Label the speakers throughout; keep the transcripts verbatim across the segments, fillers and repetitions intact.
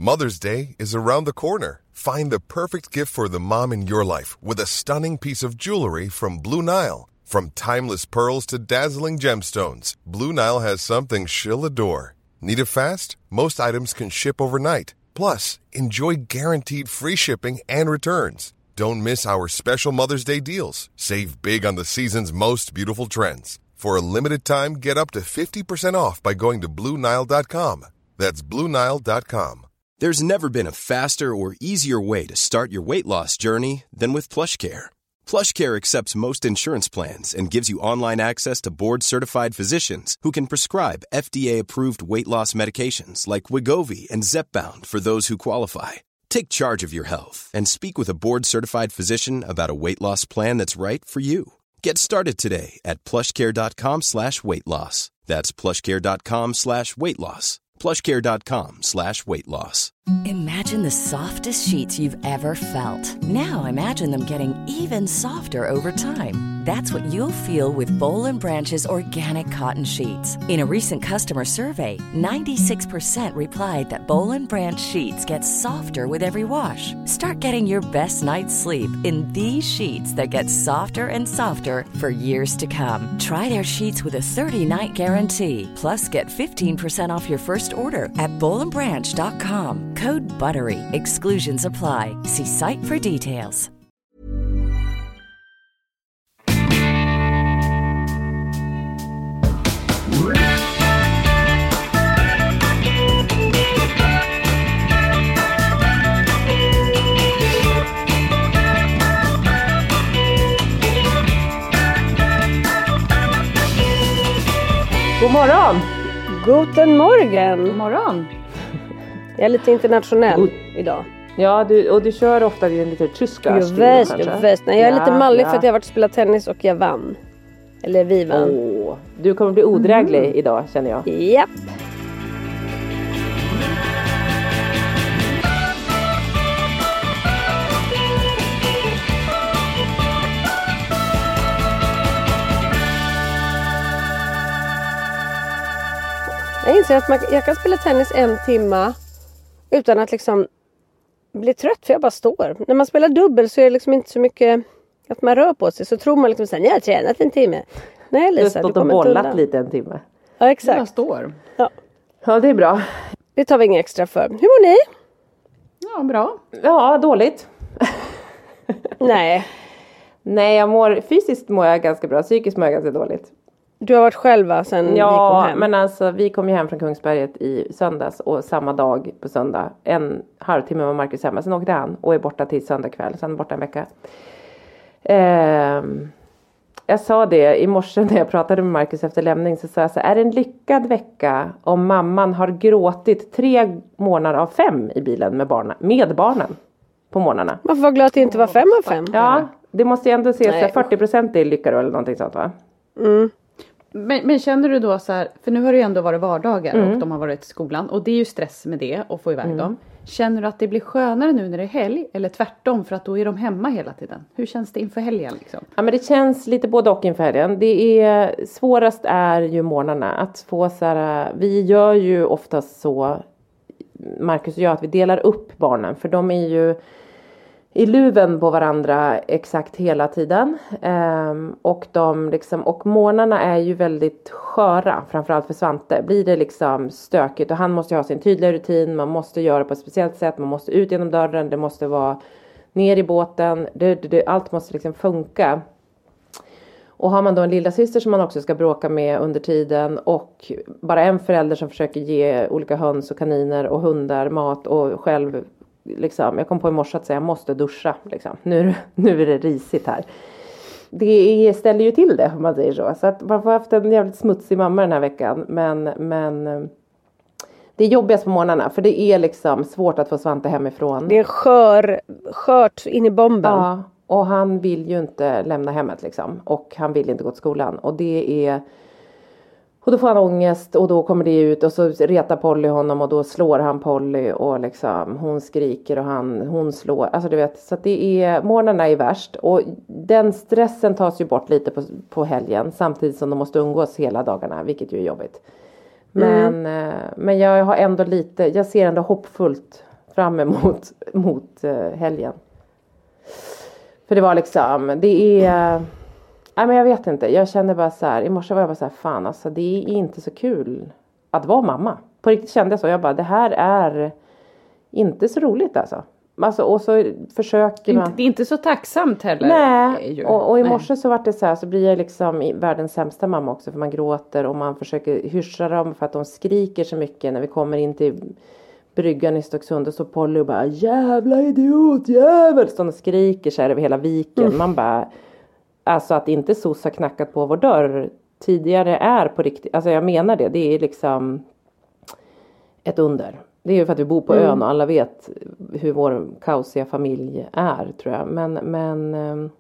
Speaker 1: Mother's Day is around the corner. Find the perfect gift for the mom in your life with a stunning piece of jewelry from Blue Nile. From timeless pearls to dazzling gemstones, Blue Nile has something she'll adore. Need it fast? Most items can ship overnight. Plus, enjoy guaranteed free shipping and returns. Don't miss our special Mother's Day deals. Save big on the season's most beautiful trends. For a limited time, get up to fifty percent off by going to Blue Nile dot com. That's Blue Nile dot com.
Speaker 2: There's never been a faster or easier way to start your weight loss journey than with PlushCare. PlushCare accepts most insurance plans and gives you online access to board-certified physicians who can prescribe F D A-approved weight loss medications like Wegovy and Zepbound for those who qualify. Take charge of your health and speak with a board-certified physician about a weight loss plan that's right for you. Get started today at plushcare.com slash weight loss. That's plushcare.com slash weight loss. plushcare.com slash weight loss.
Speaker 3: Imagine the softest sheets you've ever felt. Now imagine them getting even softer over time. That's what you'll feel with Boll and Branch's organic cotton sheets. In a recent customer survey, ninety-six percent replied that Boll and Branch sheets get softer with every wash. Start getting your best night's sleep in these sheets that get softer and softer for years to come. Try their sheets with a thirty-night guarantee. Plus, get fifteen percent off your first order at boll and branch dot com. Code BUTTERY. Exclusions apply. See site for details.
Speaker 4: God morgon!
Speaker 5: Guten Morgen!
Speaker 4: God morgon!
Speaker 5: Jag är lite internationell God. idag.
Speaker 4: Ja, du, och du kör ofta din lite tyska
Speaker 5: jag
Speaker 4: stil
Speaker 5: vet,
Speaker 4: kanske?
Speaker 5: Jag vet, Nej, jag är
Speaker 4: ja,
Speaker 5: lite mallig
Speaker 4: ja.
Speaker 5: för att jag har varit och spelat tennis och jag vann. Eller vi vann.
Speaker 4: Oh, du kommer bli odräglig mm. idag, känner jag.
Speaker 5: Japp. Jag inser att man, jag kan spela tennis en timma utan att liksom bli trött, för jag bara står. När man spelar dubbel så är det liksom inte så mycket att man rör på sig. Så tror man liksom såhär, jag har tränat en timme. Nej Lisa,
Speaker 4: du kommer inte bollat lite en timme.
Speaker 5: Ja, exakt.
Speaker 4: Jag står.
Speaker 5: Ja.
Speaker 4: ja, det är bra.
Speaker 5: Det tar vi inga extra för. Hur mår ni?
Speaker 4: Ja, bra. Ja, dåligt.
Speaker 5: Nej.
Speaker 4: Nej, jag mår, fysiskt mår jag ganska bra. Psykiskt mår jag ganska dåligt.
Speaker 5: Du har varit själva sen
Speaker 4: ja,
Speaker 5: vi kom hem?
Speaker 4: Ja, men alltså vi kom ju hem från Kungsberget i söndags. Och samma dag på söndag, en halvtimme var Marcus hemma. Sen åkte han och är borta till söndag kväll. Sen borta en vecka. Eh, jag sa det i morse när jag pratade med Marcus efter lämning. Så sa jag så här, är det en lyckad vecka om mamman har gråtit tre månader av fem i bilen med barnen, med barnen på morgnarna?
Speaker 5: Man får vara glad att det inte var fem av fem.
Speaker 4: Ja, det måste ju ändå ses fyrtio procent är lyckad eller någonting sånt, va?
Speaker 5: Mm.
Speaker 6: Men, men känner du då så här, för nu har det ju ändå varit vardagar mm. och de har varit i skolan. Och det är ju stress med det och få iväg mm. dem. Känner du att det blir skönare nu när det är helg? Eller tvärtom, för att då är de hemma hela tiden? Hur känns det inför helgen liksom?
Speaker 4: Ja, men det känns lite både och inför helgen. Det är, svårast är ju morgnarna. Att få så här, vi gör ju oftast så, Marcus och jag, att vi delar upp barnen. För de är ju i luven på varandra exakt hela tiden. Um, och de liksom, och morgnarna är ju väldigt sköra, framförallt för Svante. Blir det liksom stökigt och han måste ha sin tydliga rutin, man måste göra på ett speciellt sätt, man måste ut genom dörren, det måste vara ner i båten, det, det, det, allt måste liksom funka. Och har man då en lilla syster som man också ska bråka med under tiden och bara en förälder som försöker ge olika höns och kaniner och hundar mat och själv liksom, jag kom på i morse att säga jag måste duscha liksom. nu, nu är det risigt här. Det ställer ju till det om man säger så. Så att man får haft en jävligt smutsig mamma den här veckan. Men, men det är jobbigast på morgnarna. För det är liksom svårt att få Svante hemifrån.
Speaker 5: Det är skör, skört in i bomben.
Speaker 4: Ja, och han vill ju inte lämna hemmet liksom. Och han vill inte gå till skolan. Och det är... Och då får han ångest och då kommer det ut och så retar Polly honom och då slår han Polly och liksom hon skriker och han, hon slår. Alltså du vet, så att det är, morgnarna är värst och den stressen tas ju bort lite på, på helgen samtidigt som de måste umgås hela dagarna, vilket ju är jobbigt. Men, mm. men jag har ändå lite, jag ser ändå hoppfullt fram emot mot uh, helgen. För det var liksom, det är, uh, nej men jag vet inte, jag kände bara så här, i morse var jag bara så här, fan alltså det är inte så kul att vara mamma. På riktigt kände jag så, jag bara, det här är inte så roligt alltså. Alltså, och så försöker man...
Speaker 6: Det är inte så tacksamt heller.
Speaker 4: Nej, och, och i morse så var det så här, så blir jag liksom världens sämsta mamma också. För man gråter och man försöker hyscha dem för att de skriker så mycket när vi kommer in till bryggan i Stocksund. Och så Polly och bara, jävla idiot, jävel! Så de skriker så här över hela viken. Mm. Man bara, alltså att inte S O S har knackat på vår dörr tidigare är på riktigt. Alltså jag menar det, det är liksom ett under. Det är ju för att vi bor på mm. ön och alla vet hur vår kaosiga familj är, tror jag. Men, men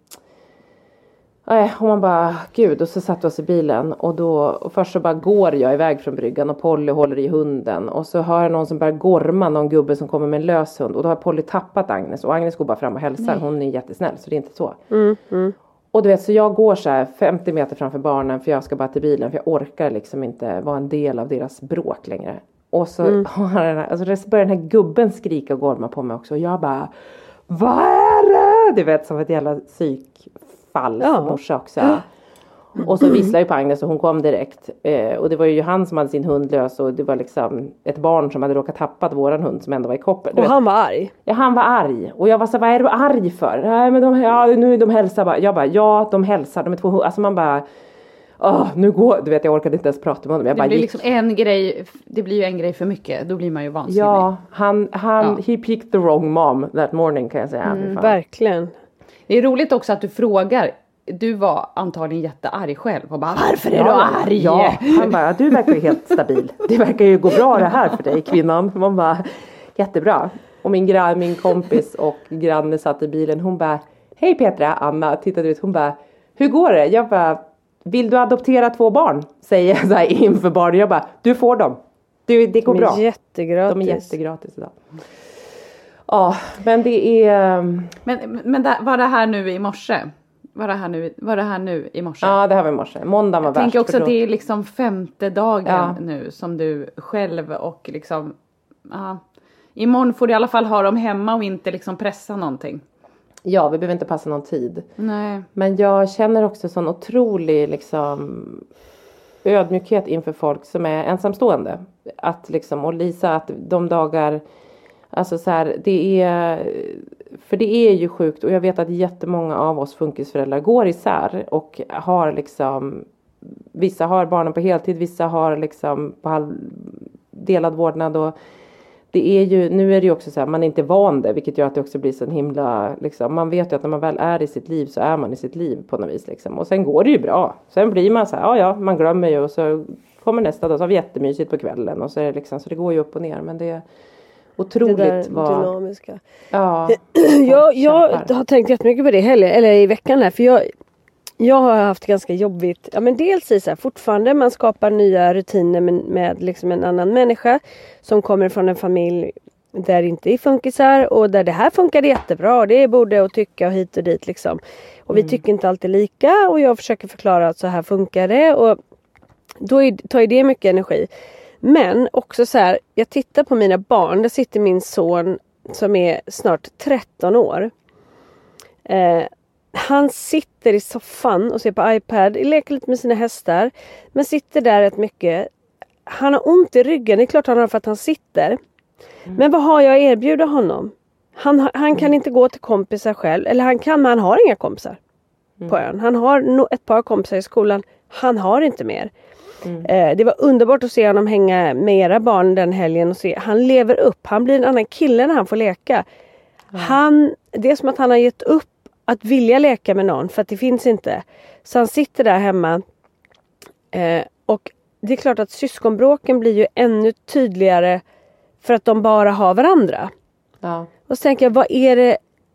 Speaker 4: äh, och man bara, gud, och så satt vi oss i bilen. Och då, och först så bara går jag iväg från bryggan och Polly håller i hunden. Och så hör jag någon som börjar gorma, någon gubbe som kommer med en lös hund. Och då har Polly tappat Agnes. Och Agnes går bara fram och hälsar. Nej. Hon är jättesnäll, så det är inte så. Mm, mm. Och du vet, så jag går så här femtio meter framför barnen för jag ska bara till bilen. För jag orkar liksom inte vara en del av deras bråk längre. Och så mm. alltså, så börjar den här gubben skrika och gorma på mig också. Och jag bara, vad är det? Du vet, som ett jävla psykfall. Ja. Morsa också. Mm. Och så visslar ju på Agnes och hon kom direkt. Eh, och det var ju han som hade sin hund lös. Och det var liksom ett barn som hade råkat tappat våran hund som ändå var i koppel.
Speaker 5: Och han var arg?
Speaker 4: Ja, han var arg. Och jag var så, vad är du arg för? Nej, men de, ja, nu de hälsar bara. Jag bara, ja, de hälsar. De är två hundar. Alltså man bara... Oh, nu går, du vet, jag orkade inte ens prata med honom. Jag
Speaker 6: det
Speaker 4: bara
Speaker 6: blir
Speaker 4: gick.
Speaker 6: Liksom en grej, det blir ju en grej för mycket. Då blir man ju vansinnig.
Speaker 4: Ja, han, han ja. he picked the wrong mom that morning, kan jag säga.
Speaker 5: Mm, verkligen.
Speaker 6: Det är roligt också att du frågar. Du var antagligen jättearg själv. Och bara, varför är ja, du arg?
Speaker 4: Ja, han bara, du verkar ju helt stabil. Det verkar ju gå bra det här för dig, kvinnan. Man bara, jättebra. Och min grann, min kompis och granne satt i bilen. Hon bara, hej Petra, Anna. Tittade ut, hon bara, hur går det? Jag bara, vill du adoptera två barn? Säger jag så här inför barn. Jag bara, du får dem. Du, det går
Speaker 5: de är
Speaker 4: bra.
Speaker 5: Jättegratis.
Speaker 4: De är jättegratis idag. Ja, men det är...
Speaker 6: Men, men det, var det här nu i morse? Var det här nu, var det här nu i morse?
Speaker 4: Ja, det här var i morse. Måndagen var
Speaker 6: jag
Speaker 4: värst.
Speaker 6: Jag tänker också att det är liksom femte dagen
Speaker 4: ja.
Speaker 6: nu som du själv och liksom... Ja, imorgon får du i alla fall ha dem hemma och inte liksom pressa någonting.
Speaker 4: Ja, vi behöver inte passa någon tid.
Speaker 6: Nej.
Speaker 4: Men jag känner också sån otrolig liksom ödmjukhet inför folk som är ensamstående. Att liksom, och Lisa, att de dagar, alltså så här, det är, för det är ju sjukt. Och jag vet att jättemånga av oss funkisföräldrar går isär och har liksom, vissa har barnen på heltid, vissa har liksom på halv, delad vårdnad och det är ju, nu är det ju också så här, man är inte van det, vilket gör att det också blir så en himla, liksom, man vet ju att när man väl är i sitt liv så är man i sitt liv på något vis liksom. Och sen går det ju bra. Sen blir man så här, ja ja, man glömmer ju och så kommer nästa dag så har vi jättemysigt på kvällen och så är det liksom, så det går ju upp och ner, men det är otroligt
Speaker 5: det där
Speaker 4: vad...
Speaker 5: dynamiska.
Speaker 4: Ja.
Speaker 5: jag, jag har tänkt jättemycket på det heller, eller i veckan här, för jag Jag har haft ganska jobbigt, ja men dels i så här, fortfarande man skapar nya rutiner med, med liksom en annan människa som kommer från en familj där det inte är funkisar och där det här funkar jättebra. Det är både att tycka och hit och dit liksom. Och vi mm. tycker inte alltid lika och jag försöker förklara att så här funkar det och då är, tar det mycket energi. Men också så här, jag tittar på mina barn, där sitter min son som är snart tretton år. Eh, Han sitter i soffan och ser på iPad, leker lite med sina hästar. Men sitter där rätt mycket. Han har ont i ryggen, det är klart han har för att han sitter. Mm. Men vad har jag att erbjuda honom? Han, han kan mm. inte gå till kompisar själv. Eller han kan, men han har inga kompisar mm. på ön. Han har no, ett par kompisar i skolan. Han har inte mer. Mm. Eh, det var underbart att se honom hänga med era barn den helgen. Och se. Han lever upp, han blir en annan kille när han får leka. Mm. Han, det är som att han har gett upp att vilja leka med någon, för att det finns inte. Så han sitter där hemma. Eh, och det är klart att syskonbråken blir ju ännu tydligare för att de bara har varandra. Ja. Och så tänker jag, vad är det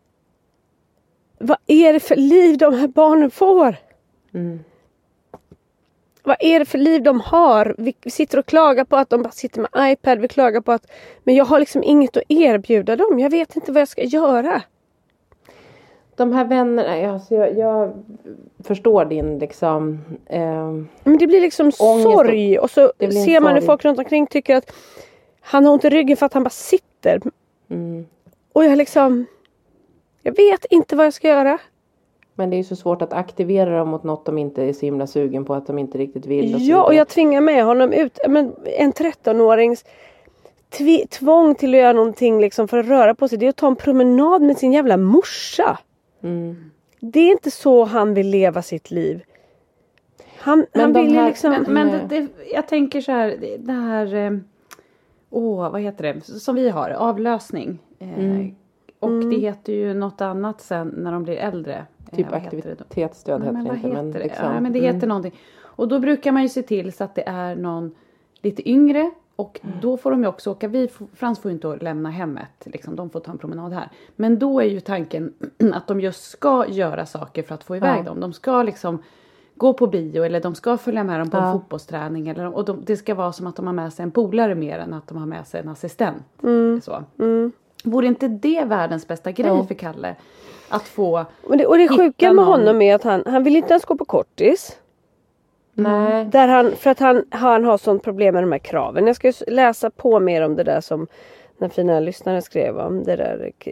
Speaker 5: vad är det för liv de här barnen får? Mm. Vad är det för liv de har? Vi, vi sitter och klagar på att de bara sitter med iPad. Vi klagar på att, men jag har liksom inget att erbjuda dem. Jag vet inte vad jag ska göra.
Speaker 4: De här vännerna, alltså jag, jag förstår din liksom... Eh,
Speaker 5: men det blir liksom sorg. Och så ser man hur folk runt omkring tycker att han har ont i ryggen för att han bara sitter.
Speaker 4: Mm.
Speaker 5: Och jag liksom, jag vet inte vad jag ska göra.
Speaker 4: Men det är ju så svårt att aktivera dem mot något de inte är så himla sugen på, att de inte riktigt vill. Och
Speaker 5: ja, och jag tvingar med honom ut. Men en trettonårings tv- tvång till att göra någonting liksom för att röra på sig. Det är att ta en promenad med sin jävla morsa.
Speaker 4: Mm.
Speaker 5: Det är inte så han vill leva sitt liv. Han,
Speaker 4: Men
Speaker 5: han
Speaker 4: de
Speaker 5: vill ju
Speaker 4: här-
Speaker 5: liksom...
Speaker 6: Men, men det, det, jag tänker så här, det- det här, eh, åh vad heter det, som vi har, avlösning. Eh,
Speaker 4: Mm.
Speaker 6: Och
Speaker 5: Mm.
Speaker 6: det heter ju något annat sen när de blir äldre.
Speaker 4: Typ
Speaker 6: Eh, vad heter det då?
Speaker 4: aktivitetsstöd
Speaker 6: Nej,
Speaker 4: heter
Speaker 6: men
Speaker 4: det
Speaker 6: vad
Speaker 4: inte.
Speaker 6: heter
Speaker 4: Men
Speaker 6: det?
Speaker 4: liksom,
Speaker 6: Ja, men det heter
Speaker 4: mm.
Speaker 6: någonting. Och då brukar man ju se till så att det är någon lite yngre. Och då får de ju också åka. Vi, Frans får ju inte lämna hemmet. Liksom, de får ta en promenad här. Men då är ju tanken att de just ska göra saker för att få iväg
Speaker 4: Ja.
Speaker 6: dem. De ska liksom gå på bio. Eller de ska följa med dem på
Speaker 4: Ja.
Speaker 6: en fotbollsträning. Eller, och de, det ska vara som att de har med sig en polare mer än att de har med sig en assistent.
Speaker 5: Mm.
Speaker 6: Så.
Speaker 5: Mm.
Speaker 6: Vore inte det världens bästa grej
Speaker 4: Ja.
Speaker 6: för Kalle? Att få...
Speaker 5: Och det, och det
Speaker 6: Hitta
Speaker 5: sjuka med
Speaker 6: någon-
Speaker 5: honom är att han, han vill inte ens gå på kortis.
Speaker 4: Nej.
Speaker 5: Där han, för att han, han har sånt problem med de här kraven. Jag ska ju s- läsa på mer om det där som den fina lyssnaren skrev om. Det där k-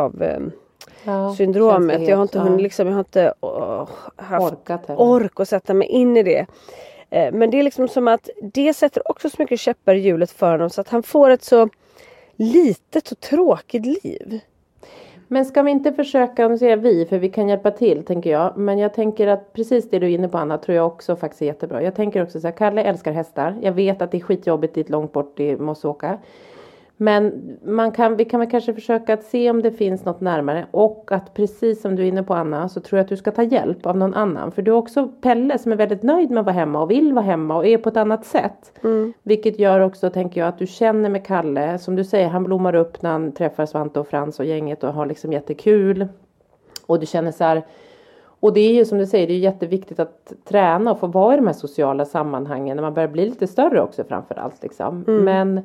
Speaker 5: kravsyndromet.
Speaker 4: Ja,
Speaker 5: jag har inte
Speaker 4: känslighet,
Speaker 5: hunnit
Speaker 4: ja.
Speaker 5: liksom, jag har inte åh, haft
Speaker 4: Orkat heller.
Speaker 5: ork att sätta mig in i det. Eh, Men det är liksom som att det sätter också så mycket käppar i hjulet för honom. Så att han får ett så litet och tråkigt liv.
Speaker 4: Men ska vi inte försöka, nu säger jag vi, för vi kan hjälpa till tänker jag. Men jag tänker att precis det du är inne på Anna tror jag också faktiskt är jättebra. Jag tänker också så här, Kalle älskar hästar. Jag vet att det är skitjobbigt dit långt bort i måste åka. Men man kan, vi kan väl kanske försöka att se om det finns något närmare. Och att precis som du är inne på Anna så tror jag att du ska ta hjälp av någon annan. För du har också Pelle som är väldigt nöjd med att vara hemma och vill vara hemma och är på ett annat sätt.
Speaker 5: Mm.
Speaker 4: Vilket gör också, tänker jag, att du känner med Kalle. Som du säger, han blommar upp när han träffar Svante och Frans och gänget och har liksom jättekul. Och du känner så här... Och det är ju som du säger, det är ju jätteviktigt att träna och få vara i de här sociala sammanhangen. När man börjar bli lite större också framförallt liksom.
Speaker 5: Mm.
Speaker 4: Men...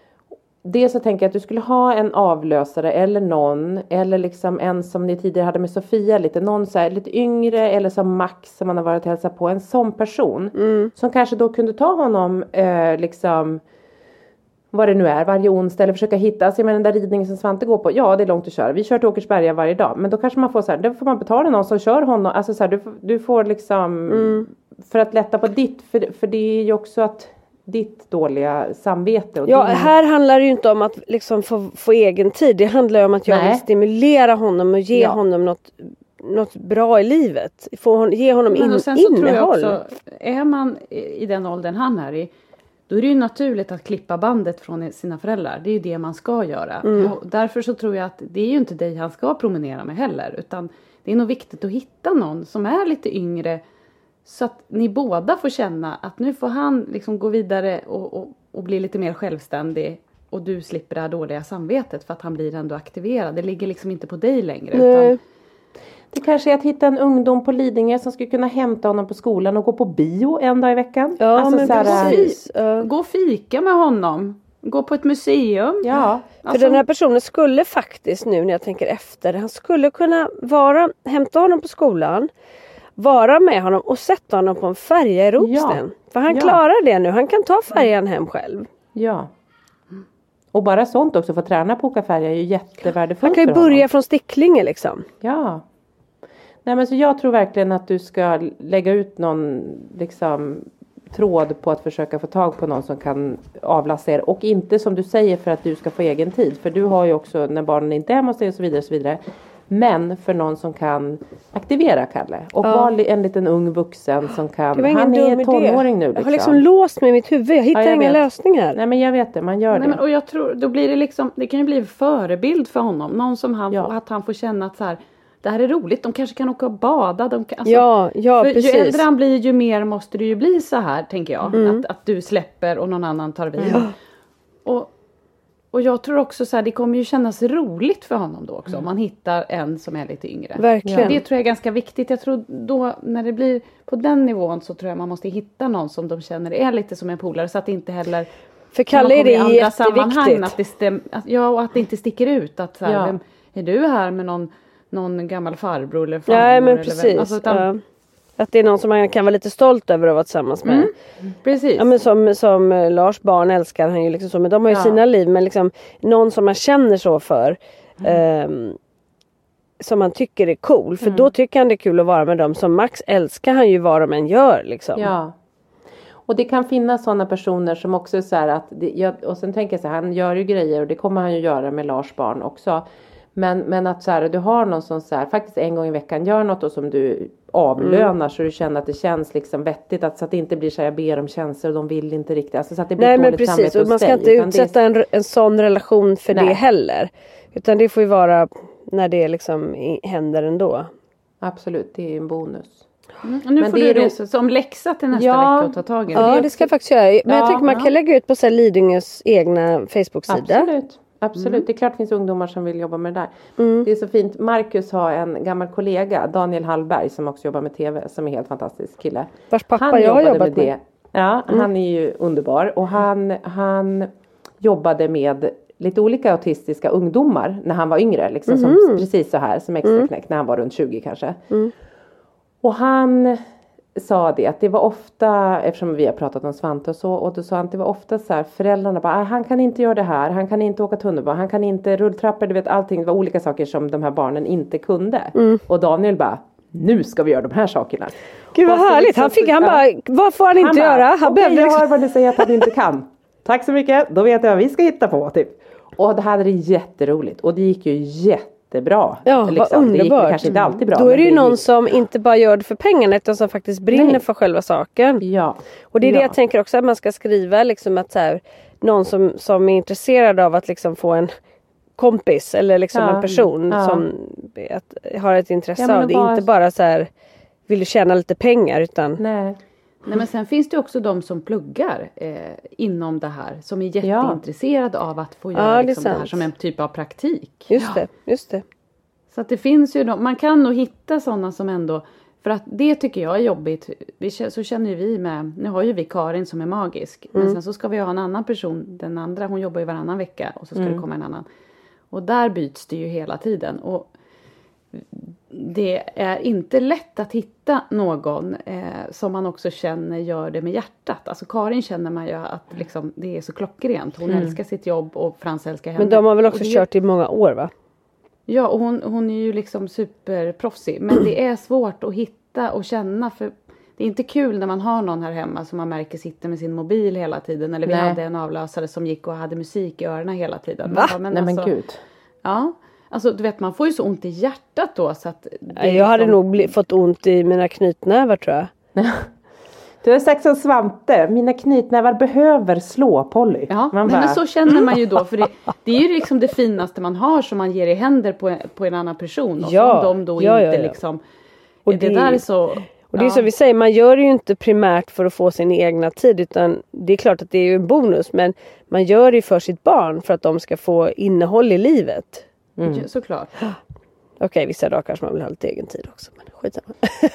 Speaker 4: Det så tänker jag att du skulle ha en avlösare eller någon. Eller liksom en som ni tidigare hade med Sofia. Lite, någon så här, lite yngre eller som Max som man har varit och hälsat på. En sån person.
Speaker 5: Mm.
Speaker 4: Som kanske då kunde ta honom eh, liksom. Vad det nu är varje onsdag. Eller försöka hitta. Alltså, men den där ridningen som Svante går på. Ja det är långt att köra. Vi kör till Åkersberga varje dag. Men då kanske man får så här. Då får man betala någon som kör honom. Alltså så här, du, du får liksom.
Speaker 5: Mm.
Speaker 4: För att lätta på ditt. För, för det är ju också att. Ditt dåliga samvete. Och
Speaker 5: Ja,
Speaker 4: din...
Speaker 5: här handlar det ju inte om att liksom få, få egen tid. Det handlar ju om att jag
Speaker 4: Nej.
Speaker 5: vill stimulera honom och ge
Speaker 4: Ja.
Speaker 5: honom något, något bra i livet. Få hon, ge honom in,
Speaker 6: Men och sen så tror jag
Speaker 5: innehåll.
Speaker 6: också, är man i den åldern han är i, då är det ju naturligt att klippa bandet från sina föräldrar. Det är ju det man ska göra.
Speaker 5: Mm.
Speaker 6: Och därför så tror jag att det är ju inte dig han ska promenera med heller. Utan det är nog viktigt att hitta någon som är lite yngre. Så att ni båda får känna att nu får han liksom gå vidare och, och, och bli lite mer självständig. Och du slipper det här dåliga samvetet för att han blir ändå aktiverad. Det ligger liksom inte på dig längre.
Speaker 5: Nej.
Speaker 6: Utan,
Speaker 4: Det kanske är att hitta en ungdom på Lidingö som skulle kunna hämta honom på skolan och gå på bio en dag i veckan.
Speaker 5: Ja,
Speaker 4: Alltså
Speaker 5: men
Speaker 4: så här,
Speaker 5: precis. Ja.
Speaker 6: gå och fika med honom. Gå på ett museum.
Speaker 4: Ja,
Speaker 5: För
Speaker 6: Alltså-
Speaker 5: den här personen skulle faktiskt nu när jag tänker efter. Han skulle kunna vara, hämta honom på skolan. Vara med honom och sätta honom på en färja i Ropsten. För han
Speaker 4: Ja.
Speaker 5: klarar det nu. Han kan ta färjan hem själv.
Speaker 4: ja. Och bara sånt också, för att träna på åka färja är ju jättevärdefullt
Speaker 5: Han kan ju
Speaker 4: för
Speaker 5: börja
Speaker 4: honom.
Speaker 5: från Sticklinge liksom.
Speaker 4: Ja. Nej men så jag tror verkligen att du ska lägga ut någon liksom tråd på att försöka få tag på någon som kan avlasta er. Och inte som du säger för att du ska få egen tid. För du har ju också när barnen inte är hemma hos dig och så vidare och så vidare. Men för någon som kan aktivera Kalle. Och
Speaker 5: Ja.
Speaker 4: vara en liten ung vuxen som kan.
Speaker 5: Det var ingen
Speaker 4: Han
Speaker 5: dum
Speaker 4: är
Speaker 5: idé.
Speaker 4: tonåring nu
Speaker 5: Jag
Speaker 4: liksom.
Speaker 5: har liksom låst mig i mitt huvud. Jag hittar
Speaker 4: Ja, jag
Speaker 5: inga
Speaker 4: vet.
Speaker 5: lösningar.
Speaker 4: Nej men jag vet det, man gör
Speaker 6: Nej,
Speaker 4: det.
Speaker 6: men, och jag tror, då blir det liksom, det kan ju bli en förebild för honom. Någon som han,
Speaker 4: Ja.
Speaker 6: får, att han får känna att så här, det här är roligt. De kanske kan åka och bada. De kan, alltså,
Speaker 5: Ja, ja
Speaker 6: för
Speaker 5: precis.
Speaker 6: ju äldre han blir ju mer måste det ju bli så här tänker jag.
Speaker 5: Mm.
Speaker 6: Att, att du släpper och någon annan tar vid. Och, och jag tror också så här, det kommer ju kännas roligt för honom då också. Om man hittar en som är lite yngre.
Speaker 5: Verkligen.
Speaker 6: Det tror jag är ganska viktigt. Jag tror då när det blir på den nivån så tror jag man måste hitta någon som de känner är lite som en polare. Så att det inte heller
Speaker 5: För Kalle är det
Speaker 6: i andra sammanhang
Speaker 5: jätteviktigt.
Speaker 6: att det stäm, att, ja, och att det inte sticker ut. Att så här,
Speaker 4: Ja.
Speaker 6: vem, är du här med någon, någon gammal farbror eller farmor?
Speaker 5: Nej men
Speaker 6: eller
Speaker 5: precis.
Speaker 6: Vem? Alltså, utan,
Speaker 5: ja. Att det är någon som man kan vara lite stolt över att vara tillsammans med.
Speaker 6: Mm. Precis.
Speaker 5: Ja, men som, som Lars barn älskar han ju liksom så. Men de har ju ja. sina liv. Men liksom någon som man känner så för. Mm. Um, som man tycker är cool. För mm. då tycker han det är kul att vara med dem. Som Max älskar han ju vad de än gör liksom.
Speaker 4: Ja. Och det kan finnas sådana personer som också är så här att. Det, jag, och sen tänker jag så här. Han gör ju grejer. Och det kommer han ju göra med Lars barn också. Men, men att så här, du har någon som så här, faktiskt en gång i veckan gör något och som du avlönar mm. så du känner att det känns liksom vettigt. Att, så att det inte blir så här, jag ber om tjänster och de vill inte riktigt. Alltså, så att det blir
Speaker 5: Nej men precis, och man ska inte utsätta är... en, en sån relation för Nej. det heller. Utan det får ju vara när det liksom händer ändå.
Speaker 4: Absolut, det är en bonus.
Speaker 6: Mm. Nu men får det du det som läxa till nästa
Speaker 4: ja.
Speaker 6: vecka och ta tag i det.
Speaker 5: Ja, det, det ska jag faktiskt göra. Men
Speaker 4: ja,
Speaker 5: jag tycker man
Speaker 4: ja.
Speaker 5: kan lägga ut på så här Lidingös egna Facebook-sida.
Speaker 4: Absolut. Absolut, mm. det är klart det finns ungdomar som vill jobba med det där.
Speaker 5: Mm.
Speaker 4: Det är så fint. Marcus har en gammal kollega, Daniel Hallberg, som också jobbar med tv, som är helt fantastisk kille.
Speaker 5: Vars pappa
Speaker 4: han
Speaker 5: jag har jobbat med.
Speaker 4: med. Det. Ja, mm. han är ju underbar. Och han, han jobbade med lite olika autistiska ungdomar när han var yngre. Liksom, mm. som, precis så här, som extraknäck, mm. när han var runt tjugo kanske.
Speaker 5: Mm.
Speaker 4: Och han sa det att det var ofta, eftersom vi har pratat om Svante och så, och då sa han att det var ofta så här, föräldrarna bara, han kan inte göra det här, han kan inte åka tunnelbana, han kan inte rulltrappor, du vet allting, det var olika saker som de här barnen inte kunde.
Speaker 5: Mm.
Speaker 4: Och Daniel bara, nu ska vi göra de här sakerna.
Speaker 5: Gud vad härligt, han fick, han bara, vad får han, han inte bara, göra? Han
Speaker 4: okej,
Speaker 5: okay,
Speaker 4: jag hör vad ni säger att han inte kan. Tack så mycket, då vet jag vad vi ska hitta på, typ. Och det hade det jätteroligt, och det gick ju jätte Jättebra.
Speaker 5: Ja,
Speaker 4: liksom.
Speaker 5: vad underbart.
Speaker 4: Det kanske inte alltid bra.
Speaker 5: Då är det ju
Speaker 4: det
Speaker 5: någon
Speaker 4: gick...
Speaker 5: som inte bara gör det för pengarna utan som faktiskt brinner Nej. för själva saken.
Speaker 4: Ja.
Speaker 5: Och det är
Speaker 4: ja.
Speaker 5: det jag tänker också att man ska skriva liksom att så här, någon som, som är intresserad av att liksom få en kompis eller liksom
Speaker 4: ja.
Speaker 5: en person
Speaker 4: ja.
Speaker 5: som att, har ett intresse
Speaker 4: ja,
Speaker 5: av det.
Speaker 4: bara...
Speaker 5: Inte bara så här, vill du tjäna lite pengar utan...
Speaker 4: Nej.
Speaker 6: Nej men sen finns det också de som pluggar eh, inom det här. Som är jätteintresserade ja. av att få göra
Speaker 5: ja,
Speaker 6: liksom, det här som en typ av praktik.
Speaker 5: Just
Speaker 6: ja.
Speaker 5: det, just det.
Speaker 6: Så att det finns ju, de, man kan nog hitta sådana som ändå, för att det tycker jag är jobbigt. Vi, så känner ju vi med, nu har ju vi Karin som är magisk. Mm. Men sen så ska vi ha en annan person, den andra, hon jobbar ju varannan vecka. Och så ska mm. det komma en annan. Och där byts det ju hela tiden. Och det är inte lätt att hitta någon eh, som man också känner gör det med hjärtat. Alltså Karin känner man ju att liksom, det är så klockrent. Hon mm. älskar sitt jobb och Frans älskar henne.
Speaker 5: Men de har väl också
Speaker 6: det,
Speaker 5: kört i många år va?
Speaker 6: Ja, och hon, hon är ju liksom superproffsig. Men det är svårt att hitta och känna. För det är inte kul när man har någon här hemma som man märker sitter med sin mobil hela tiden. Eller vi Nej. hade en avlösare som gick och hade musik i öronen hela tiden.
Speaker 5: Va?
Speaker 6: Bara, men
Speaker 4: Nej
Speaker 6: alltså,
Speaker 4: men gud.
Speaker 6: Ja, alltså du vet man får ju så ont i hjärtat då. Så att det
Speaker 5: jag
Speaker 6: liksom...
Speaker 5: hade nog bli, fått ont i mina knytnävar tror jag.
Speaker 4: Du har sagt som Svante, mina knytnävar behöver slå Polly.
Speaker 6: Ja,
Speaker 4: man
Speaker 6: bara...
Speaker 4: bara...
Speaker 6: men så känner man ju då. För det, det är ju liksom det finaste man har som man ger i händer på, på en annan person. Och
Speaker 5: ja,
Speaker 6: som de då
Speaker 5: ja,
Speaker 6: inte
Speaker 5: ja, ja.
Speaker 6: liksom...
Speaker 5: Och
Speaker 6: det,
Speaker 5: det
Speaker 6: där är så...
Speaker 5: Och det är
Speaker 6: ja.
Speaker 5: som vi säger, man gör det ju inte primärt för att få sin egna tid. Utan det är klart att det är ju en bonus. Men man gör det ju för sitt barn för att de ska få innehåll i livet.
Speaker 6: Mm. Ja, såklart.
Speaker 5: Okej, okay, vissa dagar kanske man vill ha lite egen tid också. Men skitsamma.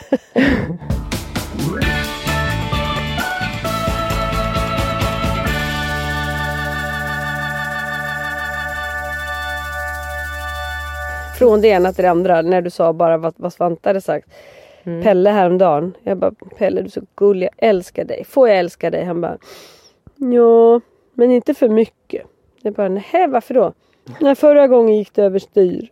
Speaker 5: Från det ena till det andra. När du sa bara vad, vad Svante hade sagt. Mm. Pelle häromdagen. Jag bara, Pelle du är så gullig. Jag älskar dig. Får jag älska dig? Han bara, ja, men inte för mycket. Jag bara, nej varför då? När förra gången gick det överstyr.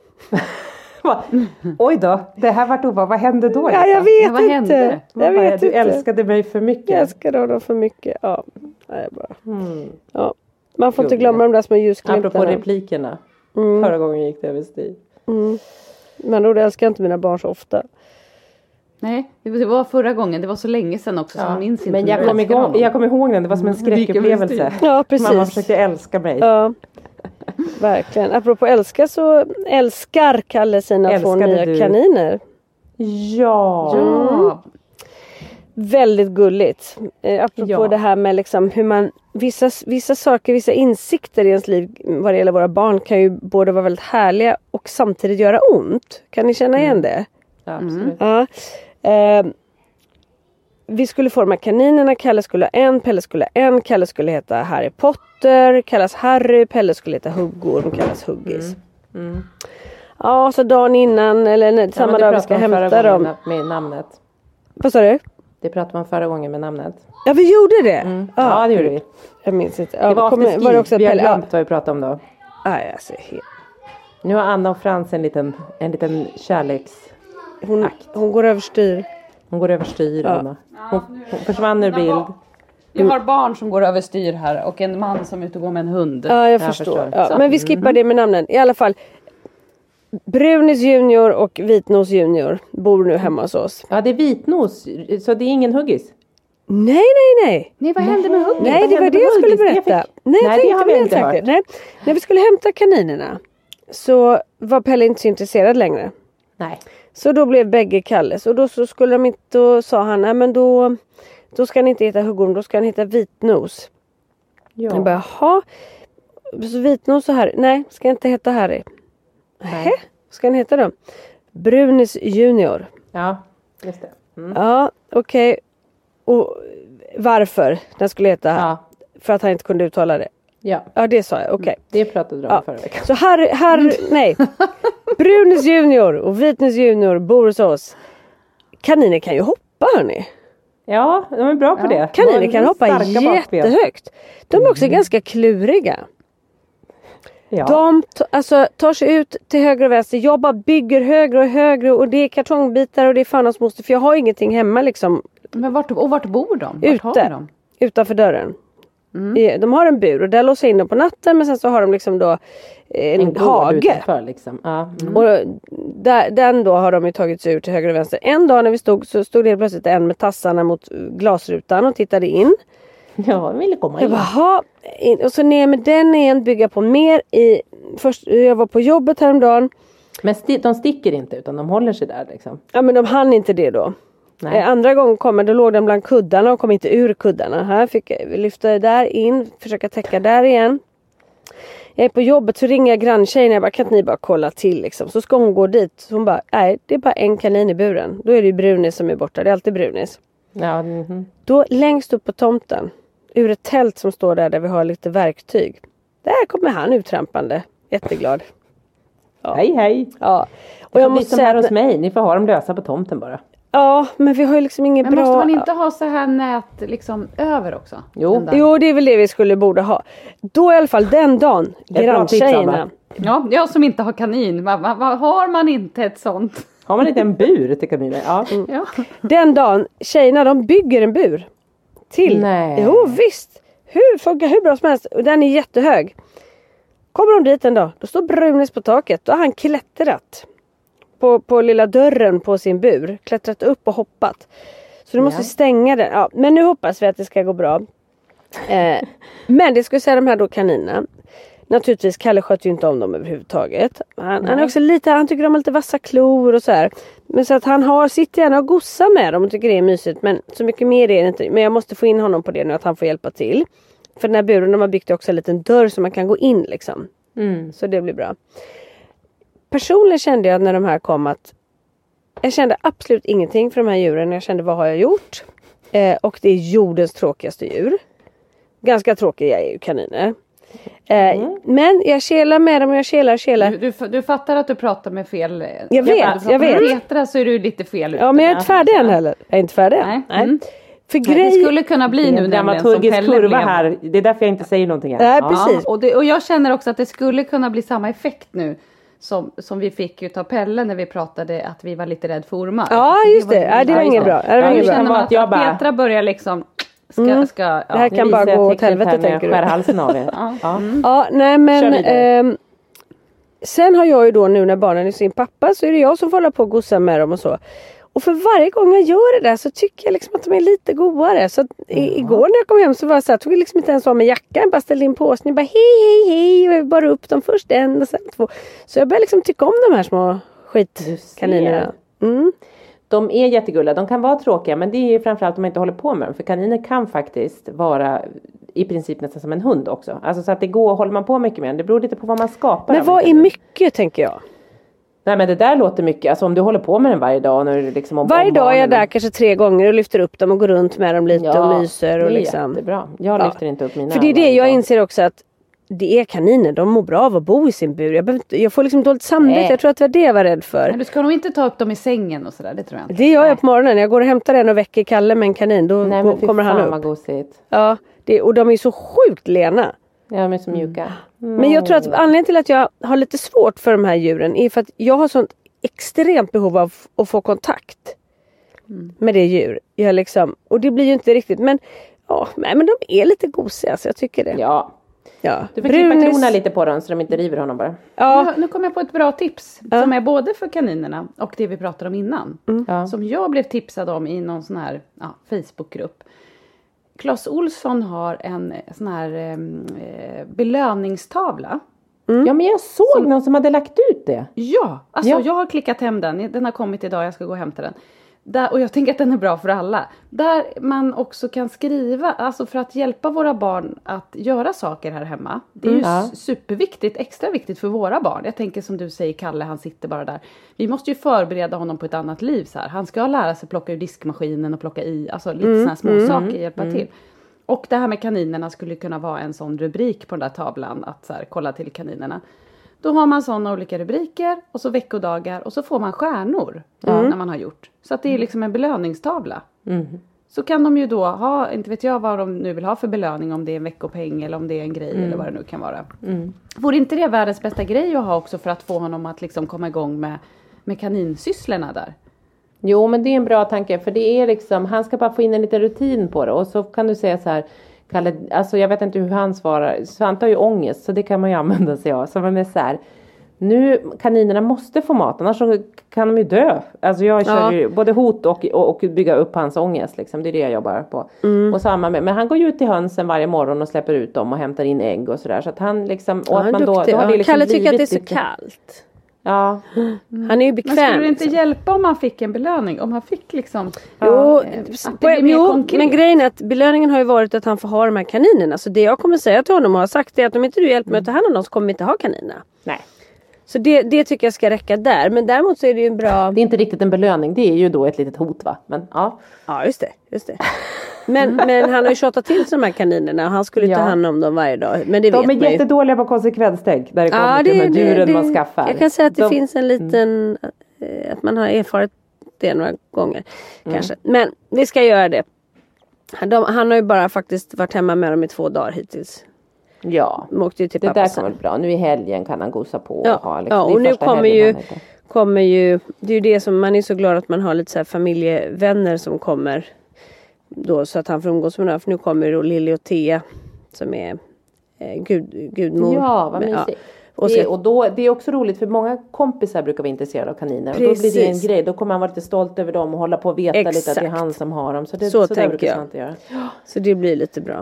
Speaker 4: Oj då, det här vart obehagligt. Vad hände då?
Speaker 5: Ja, jag vet
Speaker 6: ja, vad
Speaker 5: inte.
Speaker 6: Hände?
Speaker 5: Jag
Speaker 4: bara,
Speaker 5: vet
Speaker 4: du
Speaker 5: inte.
Speaker 4: älskade mig för mycket.
Speaker 5: Jag älskade honom för mycket. Ja, jag bara.
Speaker 4: Mm.
Speaker 5: Ja. Man får inte glömma de där små ljusglimtarna.
Speaker 4: Apropå replikerna.
Speaker 5: Mm.
Speaker 4: Förra gången gick det överstyr.
Speaker 5: Mm. Men då älskar jag inte mina barn så ofta.
Speaker 6: Nej, det var förra gången. Det var så länge sedan också. Så
Speaker 4: ja.
Speaker 6: man minns inte.
Speaker 4: Men jag kom, igång, jag kom ihåg den. Det var som en skräckupplevelse.
Speaker 5: Ja, precis.
Speaker 4: Mamma försökte älska mig.
Speaker 5: Ja, verkligen. Apropå älska så älskar Kalle sina Älskade två nya du? kaniner.
Speaker 4: Ja.
Speaker 5: ja. Väldigt gulligt. Eh, apropå
Speaker 4: ja.
Speaker 5: det här med liksom hur man... Vissa, vissa saker, vissa insikter i ens liv vad det gäller våra barn kan ju både vara väldigt härliga och samtidigt göra ont. Kan ni känna igen det?
Speaker 4: Ja, absolut.
Speaker 5: Ja. Eh, vi skulle få de här kaninerna. Kalle skulle ha en, Pelle skulle ha en. Kalle skulle heta Harry Potter. Kallas Harry. Pelle skulle heta Huggorm. Kallas Huggis.
Speaker 4: Mm. Mm.
Speaker 5: Ja, så dagen innan eller nej, samma
Speaker 4: ja,
Speaker 5: dag vi ska hämta dem.
Speaker 4: Med namnet.
Speaker 5: Vad sa du?
Speaker 4: Det pratade man förra gången med namnet.
Speaker 5: Ja, vi gjorde det.
Speaker 4: Mm. Ja, ja, det gjorde vi.
Speaker 5: Jag minns inte. Ja,
Speaker 4: det var
Speaker 5: kommer, var det också
Speaker 4: vi har
Speaker 5: Pelle?
Speaker 4: glömt vad vi pratade om då.
Speaker 5: Nej, alltså, helt...
Speaker 4: Nu har Anna och Frans en liten, en liten kärleks...
Speaker 5: Hon, hon går överstyr.
Speaker 4: Hon går överstyr, ja. Anna. Hon, hon försvann ur bild.
Speaker 6: Vi har barn som går överstyr här och en man som är ute och går med en hund.
Speaker 5: Ja, jag,
Speaker 4: jag
Speaker 5: förstår.
Speaker 4: förstår.
Speaker 5: Ja, men vi skippar det med namnen. I alla fall. Brunis junior och Vitnos junior bor nu hemma hos oss.
Speaker 4: Ja, det är vitnos. Så det är ingen huggis.
Speaker 5: Nej, nej, nej.
Speaker 6: Nej, vad hände med huggis?
Speaker 5: Nej, det var det jag skulle berätta.
Speaker 4: Fick...
Speaker 5: Nej,
Speaker 4: Nej, det har vi inte hört.
Speaker 5: Nej. När vi skulle hämta kaninerna så var Pelle inte så intresserad längre.
Speaker 4: Nej.
Speaker 5: Så då blev bägge Kalles. Och då så skulle de inte, då sa han, nej men då, då ska ni inte heta huggorm, då ska ni heta vitnos.
Speaker 4: Ja.
Speaker 5: Jag bara, jaha. Så vitnos så här, nej, ska inte heta Harry. Nej. Vad ska ni heta då? Brunis junior.
Speaker 4: Ja, just det. Mm.
Speaker 5: Ja, okej. Okay. Och varför den skulle heta här?
Speaker 4: Ja.
Speaker 5: För att han inte kunde uttala det.
Speaker 4: Ja.
Speaker 5: Ja, det sa jag. Okej. Okay.
Speaker 4: Det pratade du om
Speaker 5: ja.
Speaker 4: förra veckan.
Speaker 5: Så Harry, Harry nej. Brunis junior och Vitnes junior bor hos oss. Kaniner kan ju hoppa, hörni.
Speaker 4: Ja, de är bra på ja. det.
Speaker 5: Kaniner de kan hoppa jättehögt. De är också mm. ganska kluriga. Ja. De t- alltså, tar sig ut till höger och vänster. Jag bara bygger högre och högre. Och det är kartongbitar och det är fan hans moster. För jag har ingenting hemma liksom.
Speaker 6: Men vart, och vart bor de? Vart
Speaker 5: Ute.
Speaker 6: Har de?
Speaker 5: Utanför dörren.
Speaker 6: Mm.
Speaker 5: De har en bur och där låser in dem på natten. Men sen så har de liksom då en, en hage.
Speaker 4: Utanför, liksom. Ja. Mm.
Speaker 5: Och där, den då har de ju tagit sig ur till höger och vänster. En dag när vi stod så stod det plötsligt en med tassarna mot glasrutan och tittade in.
Speaker 4: Ja, jag ville komma in.
Speaker 5: Jag bara, in. Och så ner med den igen, bygga på mer i... Först, jag var på jobbet häromdagen.
Speaker 4: Men sti- de sticker inte utan de håller sig där liksom.
Speaker 5: Ja, men de hann inte det då. Eh, andra gången kommer, då låg den bland kuddarna och kom inte ur kuddarna. Här fick jag lyfta där in, försöka täcka där igen. Jag är på jobbet så ringer jag granntjejen. Jag bara, kan inte ni bara kolla till liksom. Så ska hon gå dit. Så hon bara, nej det är bara en kanin i buren. Då är det ju Brunis som är borta, det är alltid Brunis.
Speaker 4: Ja, mm-hmm.
Speaker 5: Då längst upp på tomten, ur ett tält som står där där vi har lite verktyg. Där kommer han uttrampande. Jätteglad.
Speaker 4: Ja. Hej hej.
Speaker 5: Ja.
Speaker 4: Och jag måste säga hos mig, ni får ha dem lösa på tomten bara.
Speaker 5: Ja, men vi har ju liksom ingen
Speaker 6: men
Speaker 5: bra...
Speaker 6: Men måste man inte ha så här nät liksom över också?
Speaker 5: Jo. jo, det är väl det vi skulle borde ha. Då i alla fall den dagen, granntjejerna.
Speaker 6: Ja, jag som inte har kanin. Va, va, va, har man inte ett sånt?
Speaker 4: Har man inte en bur till kaniner? Ja.
Speaker 5: Mm. ja. Den dagen, tjejerna de bygger en bur. Till.
Speaker 4: Nej.
Speaker 5: Jo, visst. Hur funkar hur bra som helst. Och den är jättehög. Kommer de dit en dag, då står Brunis på taket. Då har han klättrat. På, på lilla dörren på sin bur. Klättrat upp och hoppat. Så du måste ja. stänga den. Ja, men nu hoppas vi att det ska gå bra. Eh, men det skulle säga de här då kaninerna. Naturligtvis, Kalle sköter ju inte om dem överhuvudtaget. Han, han är också lite, han tycker de har lite vassa klor och så här. Men så att han har, sitter gärna och gossar med dem och tycker det är mysigt. Men så mycket mer är det inte. Men jag måste få in honom på det nu, att han får hjälpa till. För den här buren, de har byggt också en liten dörr så man kan gå in liksom.
Speaker 4: Mm.
Speaker 5: Så det blir bra. Personligen kände jag när de här kom att jag kände absolut ingenting för de här djuren. Jag kände, vad har jag gjort? Eh, och det är jordens tråkigaste djur. Ganska tråkiga är ju kaniner. Eh, mm. Men jag kelar med dem och jag kelar och kelar.
Speaker 6: Du, du, du fattar att du pratar med fel.
Speaker 5: Jag vet, jag, jag vet.
Speaker 6: Petra så är du lite fel.
Speaker 5: Ja, men jag är inte färdig än heller. Jag är inte färdig.
Speaker 6: Nej. Nej. Mm.
Speaker 5: För
Speaker 6: grej... Det skulle kunna bli nu
Speaker 4: en dramaturgisk kurva här. Det är därför jag inte säger någonting här.
Speaker 5: Nej, precis.
Speaker 6: Ja, och, det, och jag känner också att det skulle kunna bli samma effekt nu. Som, som vi fick utav Pelle när vi pratade att vi var lite rädd för ormar.
Speaker 5: Ja, just det. Det var, ja, det var inget bra. Det var
Speaker 6: ja,
Speaker 5: inget
Speaker 6: bra.
Speaker 5: bra.
Speaker 6: Att, att bara... Petra börjar liksom... Ska,
Speaker 5: mm.
Speaker 6: ska, ja.
Speaker 5: Det här kan bara gå åt helvete, tänker du.
Speaker 4: Halsen av er.
Speaker 5: ja. Ja. Mm. ja, nej men... Eh, sen har jag ju då nu när barnen är sin pappa så är det jag som får hålla på och gossa med dem och så. Och för varje gång jag gör det där så tycker jag liksom att de är lite godare. Så att mm. igår när jag kom hem så var jag så här, tog jag liksom inte ens av mig jackan. Bara ställde in påsen och bara hej hej hej. Och jag bara upp dem först en och sen två. Så jag börjar liksom tycka om de här små skitkaninerna. Mm.
Speaker 4: De är jättegulliga. De kan vara tråkiga men det är ju framförallt om man inte håller på med dem. För kaniner kan faktiskt vara i princip nästan som en hund också. Alltså så att det går, håller man på mycket med den. Det beror lite på vad man skapar.
Speaker 5: Men vad är mycket, tänker jag?
Speaker 4: Nej men det där låter mycket. Alltså om du håller på med den varje dag. När du liksom om,
Speaker 5: varje
Speaker 4: om
Speaker 5: dag är jag där kanske tre gånger och lyfter upp dem och går runt med dem lite ja, och myser. Och
Speaker 4: det är
Speaker 5: liksom.
Speaker 4: jättebra. Jag
Speaker 5: ja.
Speaker 4: lyfter inte upp mina.
Speaker 5: För det är det jag dag. inser också att det är kaniner. De mår bra av att bo i sin bur. Jag, inte, jag får liksom dåligt samvete. Jag tror att det var det jag var rädd för.
Speaker 6: Men du ska nog inte ta upp dem i sängen och sådär. Det tror jag inte.
Speaker 5: Det gör jag på morgonen. Jag går och hämtar en och väcker Kalle med en kanin. Då
Speaker 4: Nej,
Speaker 5: går, kommer han upp.
Speaker 4: Gosigt.
Speaker 5: Ja, det, och de är så sjukt lena.
Speaker 4: Ja, de är så mjuka. Mm.
Speaker 5: Men jag tror att anledningen till att jag har lite svårt för de här djuren är för att jag har sånt extremt behov av att få kontakt mm. med det djur. Jag liksom, och det blir ju inte riktigt, men ja, men de är lite gosiga så jag tycker det.
Speaker 4: Ja.
Speaker 5: Ja.
Speaker 4: Du får klippa klorna lite på dem så de inte river honom bara.
Speaker 6: Ja. Nu, nu kommer jag på ett bra tips ja. som är både för kaninerna och det vi pratade om innan. Mm. Ja. Som jag blev tipsad om i någon sån här ja, Facebookgrupp. Claes Olsson har en sån här eh, belöningstavla.
Speaker 4: Mm. Ja, men jag såg som, någon som hade lagt ut det.
Speaker 6: Ja, alltså ja. jag har klickat hem den. Den har kommit idag, jag ska gå och hämta den. Där, och jag tänker att den är bra för alla. Där man också kan skriva, alltså för att hjälpa våra barn att göra saker här hemma. Det är ju mm. superviktigt, extra viktigt för våra barn. Jag tänker som du säger, Kalle, han sitter bara där. Vi måste ju förbereda honom på ett annat liv så här. Han ska lära sig plocka ur diskmaskinen och plocka i, alltså lite mm. sådana små mm. saker, hjälpa mm. till. Och det här med kaninerna skulle kunna vara en sån rubrik på den där tavlan, att så här, kolla till kaninerna. Då har man sådana olika rubriker och så veckodagar och så får man stjärnor mm. när man har gjort. Så att det är liksom en belöningstavla. Mm. Så kan de ju då ha, inte vet jag vad de nu vill ha för belöning, om det är en veckopeng eller om det är en grej mm. eller vad det nu kan vara. Mm. Vore inte det världens bästa grej att ha också för att få honom att liksom komma igång med, med kaninsysslorna där?
Speaker 4: Jo, men det är en bra tanke, för det är liksom, han ska bara få in en liten rutin på det. Och så kan du säga så här, Kalle, alltså jag vet inte hur han svarar, så han tar ju ångest, så det kan man ju använda sig av. Så man är så här, nu kaninerna måste få mat, annars så kan de ju dö. Alltså jag kör ja. ju både hot och, och, och bygga upp hans ångest liksom, det är det jag jobbar på. Mm. Och samma med, men han går ju ut till hönsen varje morgon och släpper ut dem och hämtar in ägg och sådär. Så att han liksom, och
Speaker 5: ja,
Speaker 4: att man då, då
Speaker 5: har det liksom
Speaker 4: Kalle
Speaker 5: tycker att det är så lite kallt.
Speaker 4: Ja.
Speaker 5: Mm. Han är ju bekväm.
Speaker 6: Men skulle det inte hjälpa om han fick en belöning? Om han fick liksom...
Speaker 5: Jo, ja, jo men grejen är att belöningen har ju varit att han får ha de här kaninerna. Så det jag kommer säga till honom och har sagt är att om inte du hjälper mig att ta hand om dem så kommer vi inte ha kaninerna.
Speaker 4: Nej.
Speaker 5: Så det, det tycker jag ska räcka där. Men däremot så är det ju en bra...
Speaker 4: Det är inte riktigt en belöning. Det är ju då ett litet hot, va? Men ja.
Speaker 5: Ja, just det. Just det. Men, men han har ju tjatat till sig de här kaninerna. Och han skulle ja. ta hand om dem varje dag. Men det
Speaker 4: de
Speaker 5: vet
Speaker 4: är jättedåliga på konsekvenstänk. Där det kommer
Speaker 5: ja,
Speaker 4: till
Speaker 5: det,
Speaker 4: de här djuren
Speaker 5: det,
Speaker 4: man skaffar.
Speaker 5: Jag kan säga att det
Speaker 4: de...
Speaker 5: finns en liten... Mm. Att man har erfarit det några gånger. Mm. Kanske. Men vi ska göra det. De, han har ju bara faktiskt varit hemma med dem i två dagar hittills.
Speaker 4: Ja,
Speaker 5: ju till
Speaker 4: det där kommer bra. Nu i helgen kan han gosa på.
Speaker 5: Ja,
Speaker 4: och ha, liksom,
Speaker 5: ja och nu kommer ju, kommer ju... Det är ju det som man är så glad att man har lite så här familjevänner som kommer. Då, så att han får umgås med några. För nu kommer då Lili och Thea som är eh, gud, gudmor.
Speaker 4: Ja, vad mysigt. Ja. Och, det, och då, det är också roligt för många kompisar brukar vara intresserade av kaniner. Och då blir det en grej. Då kommer han vara lite stolt över dem och hålla på och veta Exakt. lite att det är han som har dem. Så, det,
Speaker 5: så,
Speaker 4: så
Speaker 5: tänker jag.
Speaker 4: Inte göra.
Speaker 5: Så det blir lite bra.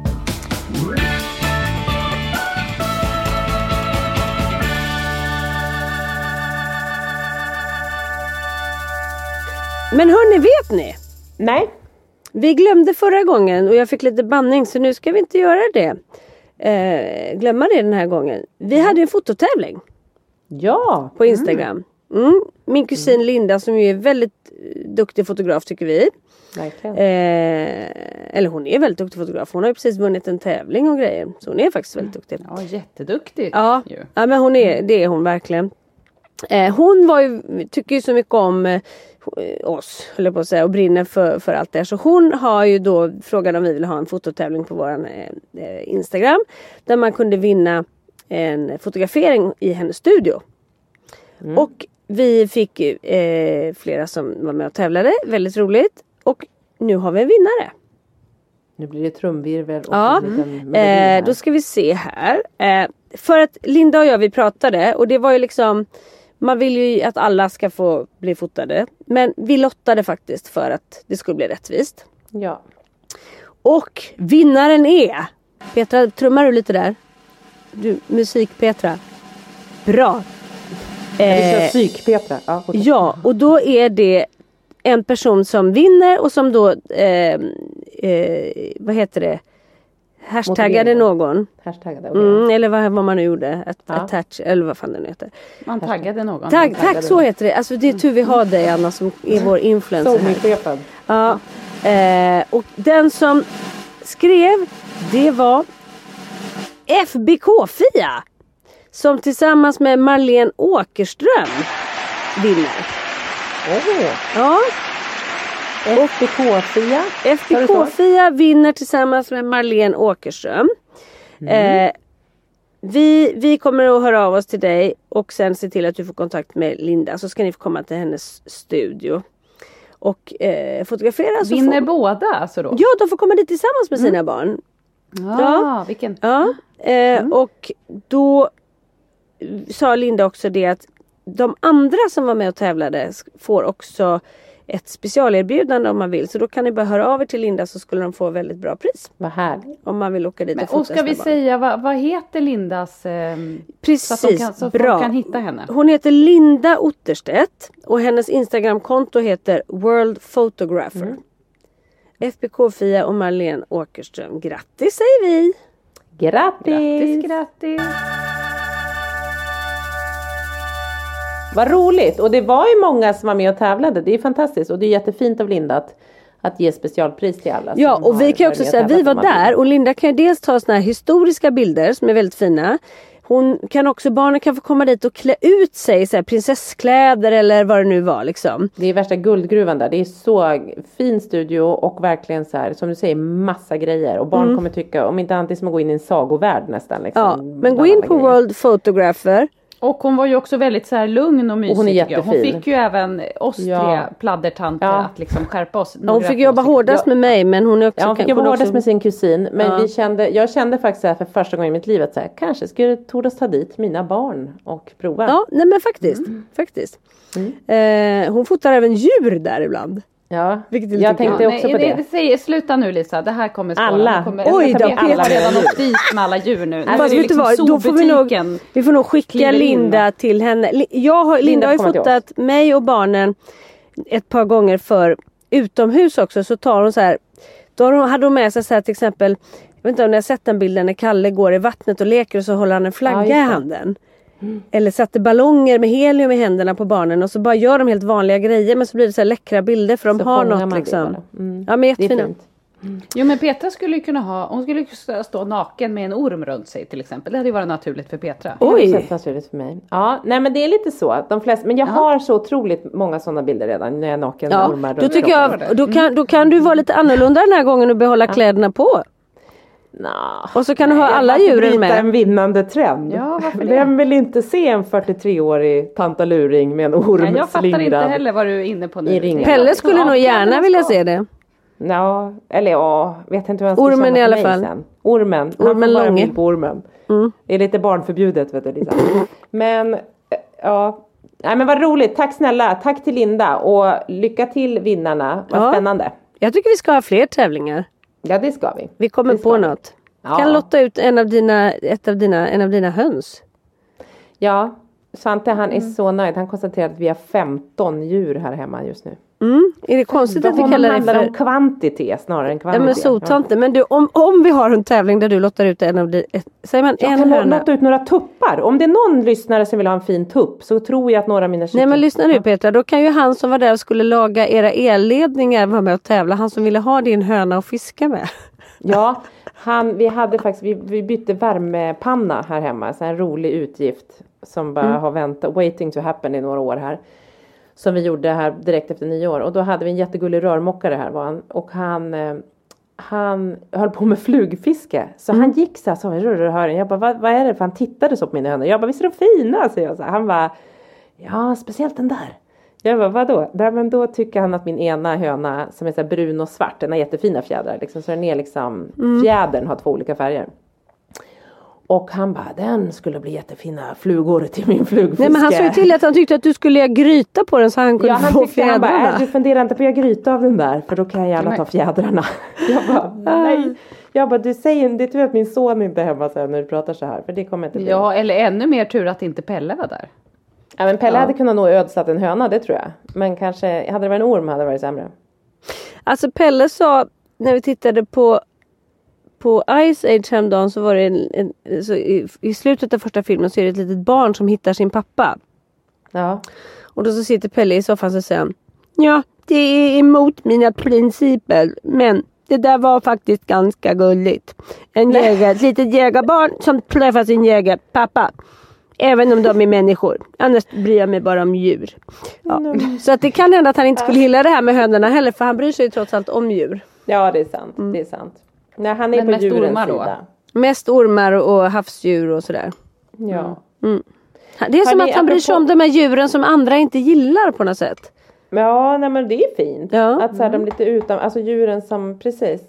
Speaker 5: Men hörni, vet ni?
Speaker 4: Nej.
Speaker 5: Vi glömde förra gången och jag fick lite banning så nu ska vi inte göra det. Eh, glömma det den här gången. Vi mm. hade en fototävling.
Speaker 4: Ja.
Speaker 5: På Instagram. Mm. Min kusin mm. Linda som ju är väldigt duktig fotograf tycker vi.
Speaker 4: Verkligen.
Speaker 5: Eh, eller hon är väldigt duktig fotograf. Hon har ju precis vunnit en tävling och grejer. Så hon är faktiskt väldigt duktig.
Speaker 6: Ja, jätteduktig.
Speaker 5: Ja, ja men hon är, det är hon verkligen. Eh, hon var ju, tycker ju så mycket om eh, oss, höll på att säga, och brinner för, för allt det. Så hon har ju då frågat om vi vill ha en fototävling på våran eh, Instagram. Där man kunde vinna en fotografering i hennes studio. Mm. Och vi fick eh, flera som var med och tävlade. Väldigt roligt. Och nu har vi en vinnare.
Speaker 4: Nu blir det trumvirvel och
Speaker 5: ja.
Speaker 4: en liten eh,
Speaker 5: då ska vi se här. Eh, för att Linda och jag vi pratade och det var ju liksom... Man vill ju att alla ska få bli fotade. Men vi lottade faktiskt för att det skulle bli rättvist.
Speaker 4: Ja.
Speaker 5: Och vinnaren är... Petra, trummar du lite där? Du, musik Petra. Bra.
Speaker 4: Eh, psyk Petra. Ja,
Speaker 5: ja, och då är det en person som vinner och som då... Eh, eh, vad heter det? Hashtaggade någon.
Speaker 4: Hashtaggade, okay.
Speaker 5: mm, eller vad, vad man nu gjorde. Att,
Speaker 4: ja.
Speaker 5: attach, eller vad fan det nu heter.
Speaker 6: Man taggade någon.
Speaker 5: Tagg, tack, så heter det. Alltså det är tur vi har dig, Anna, som är vår influencer.
Speaker 4: Så mycket
Speaker 5: ja. eh, Och den som skrev, det var F B K-Fia. Som tillsammans med Marlene Åkerström vinner.
Speaker 4: Oh.
Speaker 5: Ja.
Speaker 4: F B K-Fia.
Speaker 5: F B K-Fia vinner tillsammans med Marlene Åkerström. Mm. Eh, vi, vi kommer att höra av oss till dig och sen se till att du får kontakt med Linda. Så ska ni få komma till hennes studio. Och eh, fotografera.
Speaker 6: Vinner
Speaker 5: får...
Speaker 6: båda alltså då?
Speaker 5: Ja, de får komma dit tillsammans med sina mm. barn.
Speaker 6: Ah, ja, vilken?
Speaker 5: Ja, eh, mm. och då sa Linda också det att de andra som var med och tävlade får också ett specialerbjudande om man vill. Så då kan ni bara höra av er till Linda så skulle de få väldigt bra pris.
Speaker 4: Vad härligt.
Speaker 5: Om man vill åka dit
Speaker 6: Men,
Speaker 5: och fota.
Speaker 6: Och ska vi barn. säga, vad, vad heter Lindas... Eh,
Speaker 5: Precis,
Speaker 6: så att de kan, så
Speaker 5: bra.
Speaker 6: folk kan hitta henne.
Speaker 5: Hon heter Linda Otterstedt och hennes Instagramkonto heter World Photographer. Mm. F B K-Fia och Marlene Åkerström. Grattis säger vi!
Speaker 4: Grattis!
Speaker 6: Grattis, grattis!
Speaker 4: Vad roligt! Och det var ju många som var med och tävlade. Det är fantastiskt. Och det är jättefint av Linda att, att ge specialpris till alla.
Speaker 5: Ja, och vi kan också säga vi var där. Och Linda kan ju dels ta såna här historiska bilder som är väldigt fina. Hon kan också, barnen kan få komma dit och klä ut sig, så här, prinsesskläder eller vad det nu var liksom.
Speaker 4: Det är värsta guldgruvan där. Det är så fin studio och verkligen så här, som du säger, massa grejer. Och barn mm. kommer tycka, om inte annat som att gå in i en sagovärld nästan. Liksom,
Speaker 5: ja, men gå in på grejer. World Photographer.
Speaker 6: Och hon var ju också väldigt så här lugn och mysig.
Speaker 4: Och hon är jättefin.
Speaker 6: Hon fick ju även oss tre
Speaker 4: ja.
Speaker 6: pladdertanter
Speaker 4: ja.
Speaker 6: att liksom skärpa oss.
Speaker 5: Ja, hon fick jobba hårdast med mig, men hon är också...
Speaker 4: Ja, hon fick jobba hårdast också... med sin kusin. Men
Speaker 5: ja.
Speaker 4: vi kände, jag kände faktiskt här för första gången i mitt liv att så här, kanske skulle tordas ta dit mina barn och prova.
Speaker 5: Ja, nej men faktiskt. Mm. faktiskt. Mm. Eh, hon fotar även djur där ibland.
Speaker 4: Ja,
Speaker 5: vilket
Speaker 4: jag tänkte
Speaker 6: ja,
Speaker 4: också
Speaker 6: nej,
Speaker 4: på det.
Speaker 6: det säger, sluta nu Lisa, det här kommer skåla.
Speaker 4: Alla.
Speaker 6: Kommer,
Speaker 5: Oj, då,
Speaker 6: alla redan åkt dit med alla djur nu.
Speaker 5: Fast vet liksom du vad, då får vi nog, vi får nog skicka Linda in. till henne. Jag har, Linda, Linda har ju fotat mig och barnen ett par gånger för utomhus också. Så tar hon så här, då hade hon med sig så här till exempel, jag vet inte om ni har sett den bilden när Kalle går i vattnet och leker och så håller han en flagga ja, i handen. Mm. Eller satte ballonger med helium i händerna på barnen och så bara gör de helt vanliga grejer men så blir det så här läckra bilder för de
Speaker 4: så
Speaker 5: har något liksom.
Speaker 4: Mm.
Speaker 5: Ja, men jättefina.
Speaker 6: Mm. Jo, men Petra skulle ju kunna ha, hon skulle stå naken med en orm runt sig till exempel. Det hade ju varit naturligt för Petra.
Speaker 4: Oj! Det känns naturligt för mig. Ja, nej men det är lite så. De flesta, men jag ja. har så otroligt många sådana bilder redan när jag är naken
Speaker 5: ja.
Speaker 4: med ormar
Speaker 5: då tycker jag, då kan, då kan du vara lite annorlunda den här gången och behålla ja. kläderna på.
Speaker 4: Nah,
Speaker 5: och så kan du ha alla djuren med.
Speaker 4: En vinnande trend.
Speaker 6: Ja, varför det?
Speaker 4: Vem vill inte se en fyrtiotre-årig tantaluring med en orm
Speaker 6: ja, jag fattar
Speaker 4: slingrad
Speaker 6: inte heller vad du är inne på nu.
Speaker 5: Pelle skulle ja, nog gärna vilja se det.
Speaker 4: Ja, eller ja, vet inte hur han ska
Speaker 5: ormen i alla fall.
Speaker 4: Sen. Ormen.
Speaker 5: Ormen
Speaker 4: han får
Speaker 5: långe.
Speaker 4: bara på ormen.
Speaker 5: Mm.
Speaker 4: Det är lite barnförbjudet vet du Lisa. Men ja, nej men vad roligt. Tack snälla. Tack till Linda och lycka till vinnarna. Vad
Speaker 5: ja.
Speaker 4: spännande.
Speaker 5: Jag tycker vi ska ha fler tävlingar.
Speaker 4: Ja, det ska vi.
Speaker 5: Vi kommer på vi. något. Ja. Kan lotta ut en av dina, ett av dina, en av dina höns.
Speaker 4: Ja, Svante han mm. är så nöjd. Han konstaterar att vi har femton djur här hemma just nu.
Speaker 5: Mm. Är det konstigt att vi kallar det för...
Speaker 4: om kvantitet snarare än kvalitet.
Speaker 5: Ja men sotante. Ja. Men du, om, om vi har en tävling där du lottar ut en av dina... Säger man
Speaker 4: jag
Speaker 5: en
Speaker 4: kan
Speaker 5: hörna?
Speaker 4: lotta ut några tuppar. Om det är någon lyssnare som vill ha en fin tupp så tror jag att några av mina...
Speaker 5: Nej men lyssna nu Petra. Då kan ju han som var där och skulle laga era elledningar vara med och tävla. Han som ville ha din höna och fiska med.
Speaker 4: Ja, han, vi hade faktiskt, vi, vi bytte värmepanna här hemma. Så en rolig utgift som bara mm. har väntat, waiting to happen i några år här. Som vi gjorde här direkt efter nio år. Och då hade vi en jättegullig rörmokare här var han. Och han, eh, han höll på med flugfiske. Så mm. han gick så här, så rörde jag bara, vad, vad är det? För han tittade så på mina hönor. Jag bara, visst är de fina? Så jag så här. Han bara, ja speciellt den där. Jag bara, vadå? Nej, men då tycker han att min ena höna som är så här brun och svart, den har jättefina fjädrar. Liksom, så den är liksom, mm. fjädern har två olika färger. Och han bara, den skulle bli jättefina flugor till min flugfiske.
Speaker 5: Nej men han sa ju till att han tyckte att du skulle göra gryta på den så han kunde
Speaker 4: ja, han
Speaker 5: få fjädrarna.
Speaker 4: Han bara, du funderar inte på att göra gryta av den där för då kan jag gärna ta fjädrarna. Jag bara, nej. Jag bara, du säger, det är tur att min son inte är hemma sen när du pratar så här. För det kommer inte bli.
Speaker 6: Ja, eller ännu mer tur att inte Pelle var där.
Speaker 4: Ja men Pelle
Speaker 5: ja.
Speaker 4: hade kunnat nå ödslat en höna, det tror jag. Men kanske, hade det varit en orm hade det varit sämre.
Speaker 5: Alltså Pelle sa, när vi tittade på På Ice Age häromdagen så var det en, en, så i, i slutet av första filmen så är det ett litet barn som hittar sin pappa.
Speaker 4: Ja.
Speaker 5: Och då så sitter Pelle i soffan och säger han, ja, det är emot mina principer, men det där var faktiskt ganska gulligt. En jägare, ett litet jägarbarn som träffar sin jägarpappa. Även om de är människor. Annars bryr jag mig bara om djur. Ja. Mm. Så att det kan hända att han inte skulle gilla det här med hönorna heller. För han bryr sig ju trots allt om djur.
Speaker 4: Ja, det är sant. Mm. Det är sant. Nej, han är
Speaker 6: Men
Speaker 4: på
Speaker 6: mest
Speaker 4: djurens
Speaker 6: ormar då?
Speaker 4: sida.
Speaker 5: Mest ormar och havsdjur och sådär.
Speaker 4: Ja.
Speaker 5: Mm. Det är som
Speaker 4: Har
Speaker 5: att han bryr sig om de här djuren som andra inte gillar på något sätt.
Speaker 4: Ja, nej, men det är fint.
Speaker 5: Ja.
Speaker 4: Att så här, de lite utan, alltså djuren som, precis.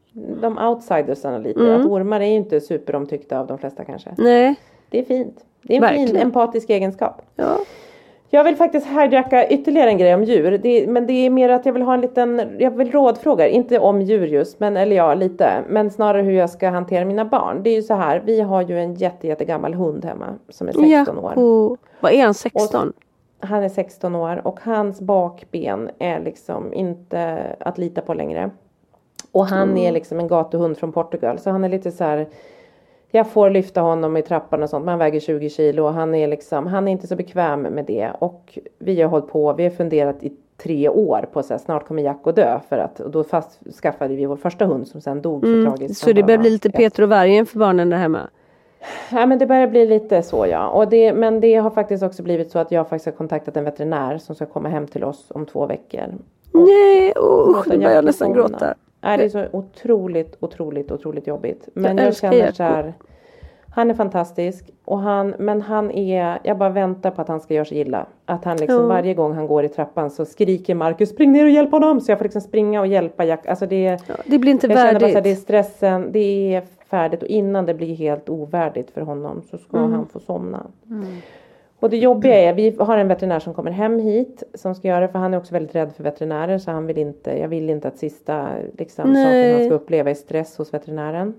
Speaker 4: De outsidersarna lite.
Speaker 5: Mm.
Speaker 4: Att ormar är ju inte superomtyckta av de flesta kanske.
Speaker 5: Nej.
Speaker 4: Det är fint. Det är en
Speaker 5: Verkligen.
Speaker 4: fin empatisk egenskap.
Speaker 5: Ja.
Speaker 4: Jag vill faktiskt hijacka ytterligare en grej om djur. Det, men det är mer att jag vill ha en liten, jag vill rådfråga. Inte om djur just, men, eller ja lite. Men snarare hur jag ska hantera mina barn. Det är ju så här, vi har ju en jätte, jättegammal hund hemma. Som är sexton år.
Speaker 5: Och, vad är han, sexton?
Speaker 4: Och, han är sexton år och hans bakben är liksom inte att lita på längre. Och han mm. är liksom en gatuhund från Portugal. Så han är lite så här... Jag får lyfta honom i trappan och sånt. Man väger tjugo kilo och han är liksom, han är inte så bekväm med det. Och vi har hållit på, vi har funderat i tre år på så här, snart kommer Jacko dö. För att, och då fast skaffade vi vår första hund som sen dog
Speaker 5: mm.
Speaker 4: så tragiskt.
Speaker 5: Så det börjar bli lite Peter och vargen för barnen där hemma?
Speaker 4: Ja, men det börjar bli lite så, ja. Och det, men det har faktiskt också blivit så att jag faktiskt har kontaktat en veterinär som ska komma hem till oss om två veckor. Och
Speaker 5: nej, usch, nu börjar jag nästan gråta.
Speaker 4: Nej, det är så otroligt, otroligt, otroligt jobbigt. Men jag, jag känner så här, han är fantastisk. Och han, men han är, jag bara väntar på att han ska göra sig illa. Att han liksom, mm. varje gång han går i trappan så skriker Marcus, spring ner och hjälp honom. Så jag får liksom springa och hjälpa Jack. Alltså det,
Speaker 5: ja, det blir inte
Speaker 4: jag
Speaker 5: värdigt.
Speaker 4: Jag känner bara att det är stressen, det är färdigt. Och innan det blir helt ovärdigt för honom så ska mm. han få somna. Mm. Och det jobbiga är, vi har en veterinär som kommer hem hit som ska göra det, för han är också väldigt rädd för veterinärer, så han vill inte, jag vill inte att sista liksom, saken han ska uppleva är stress hos veterinären.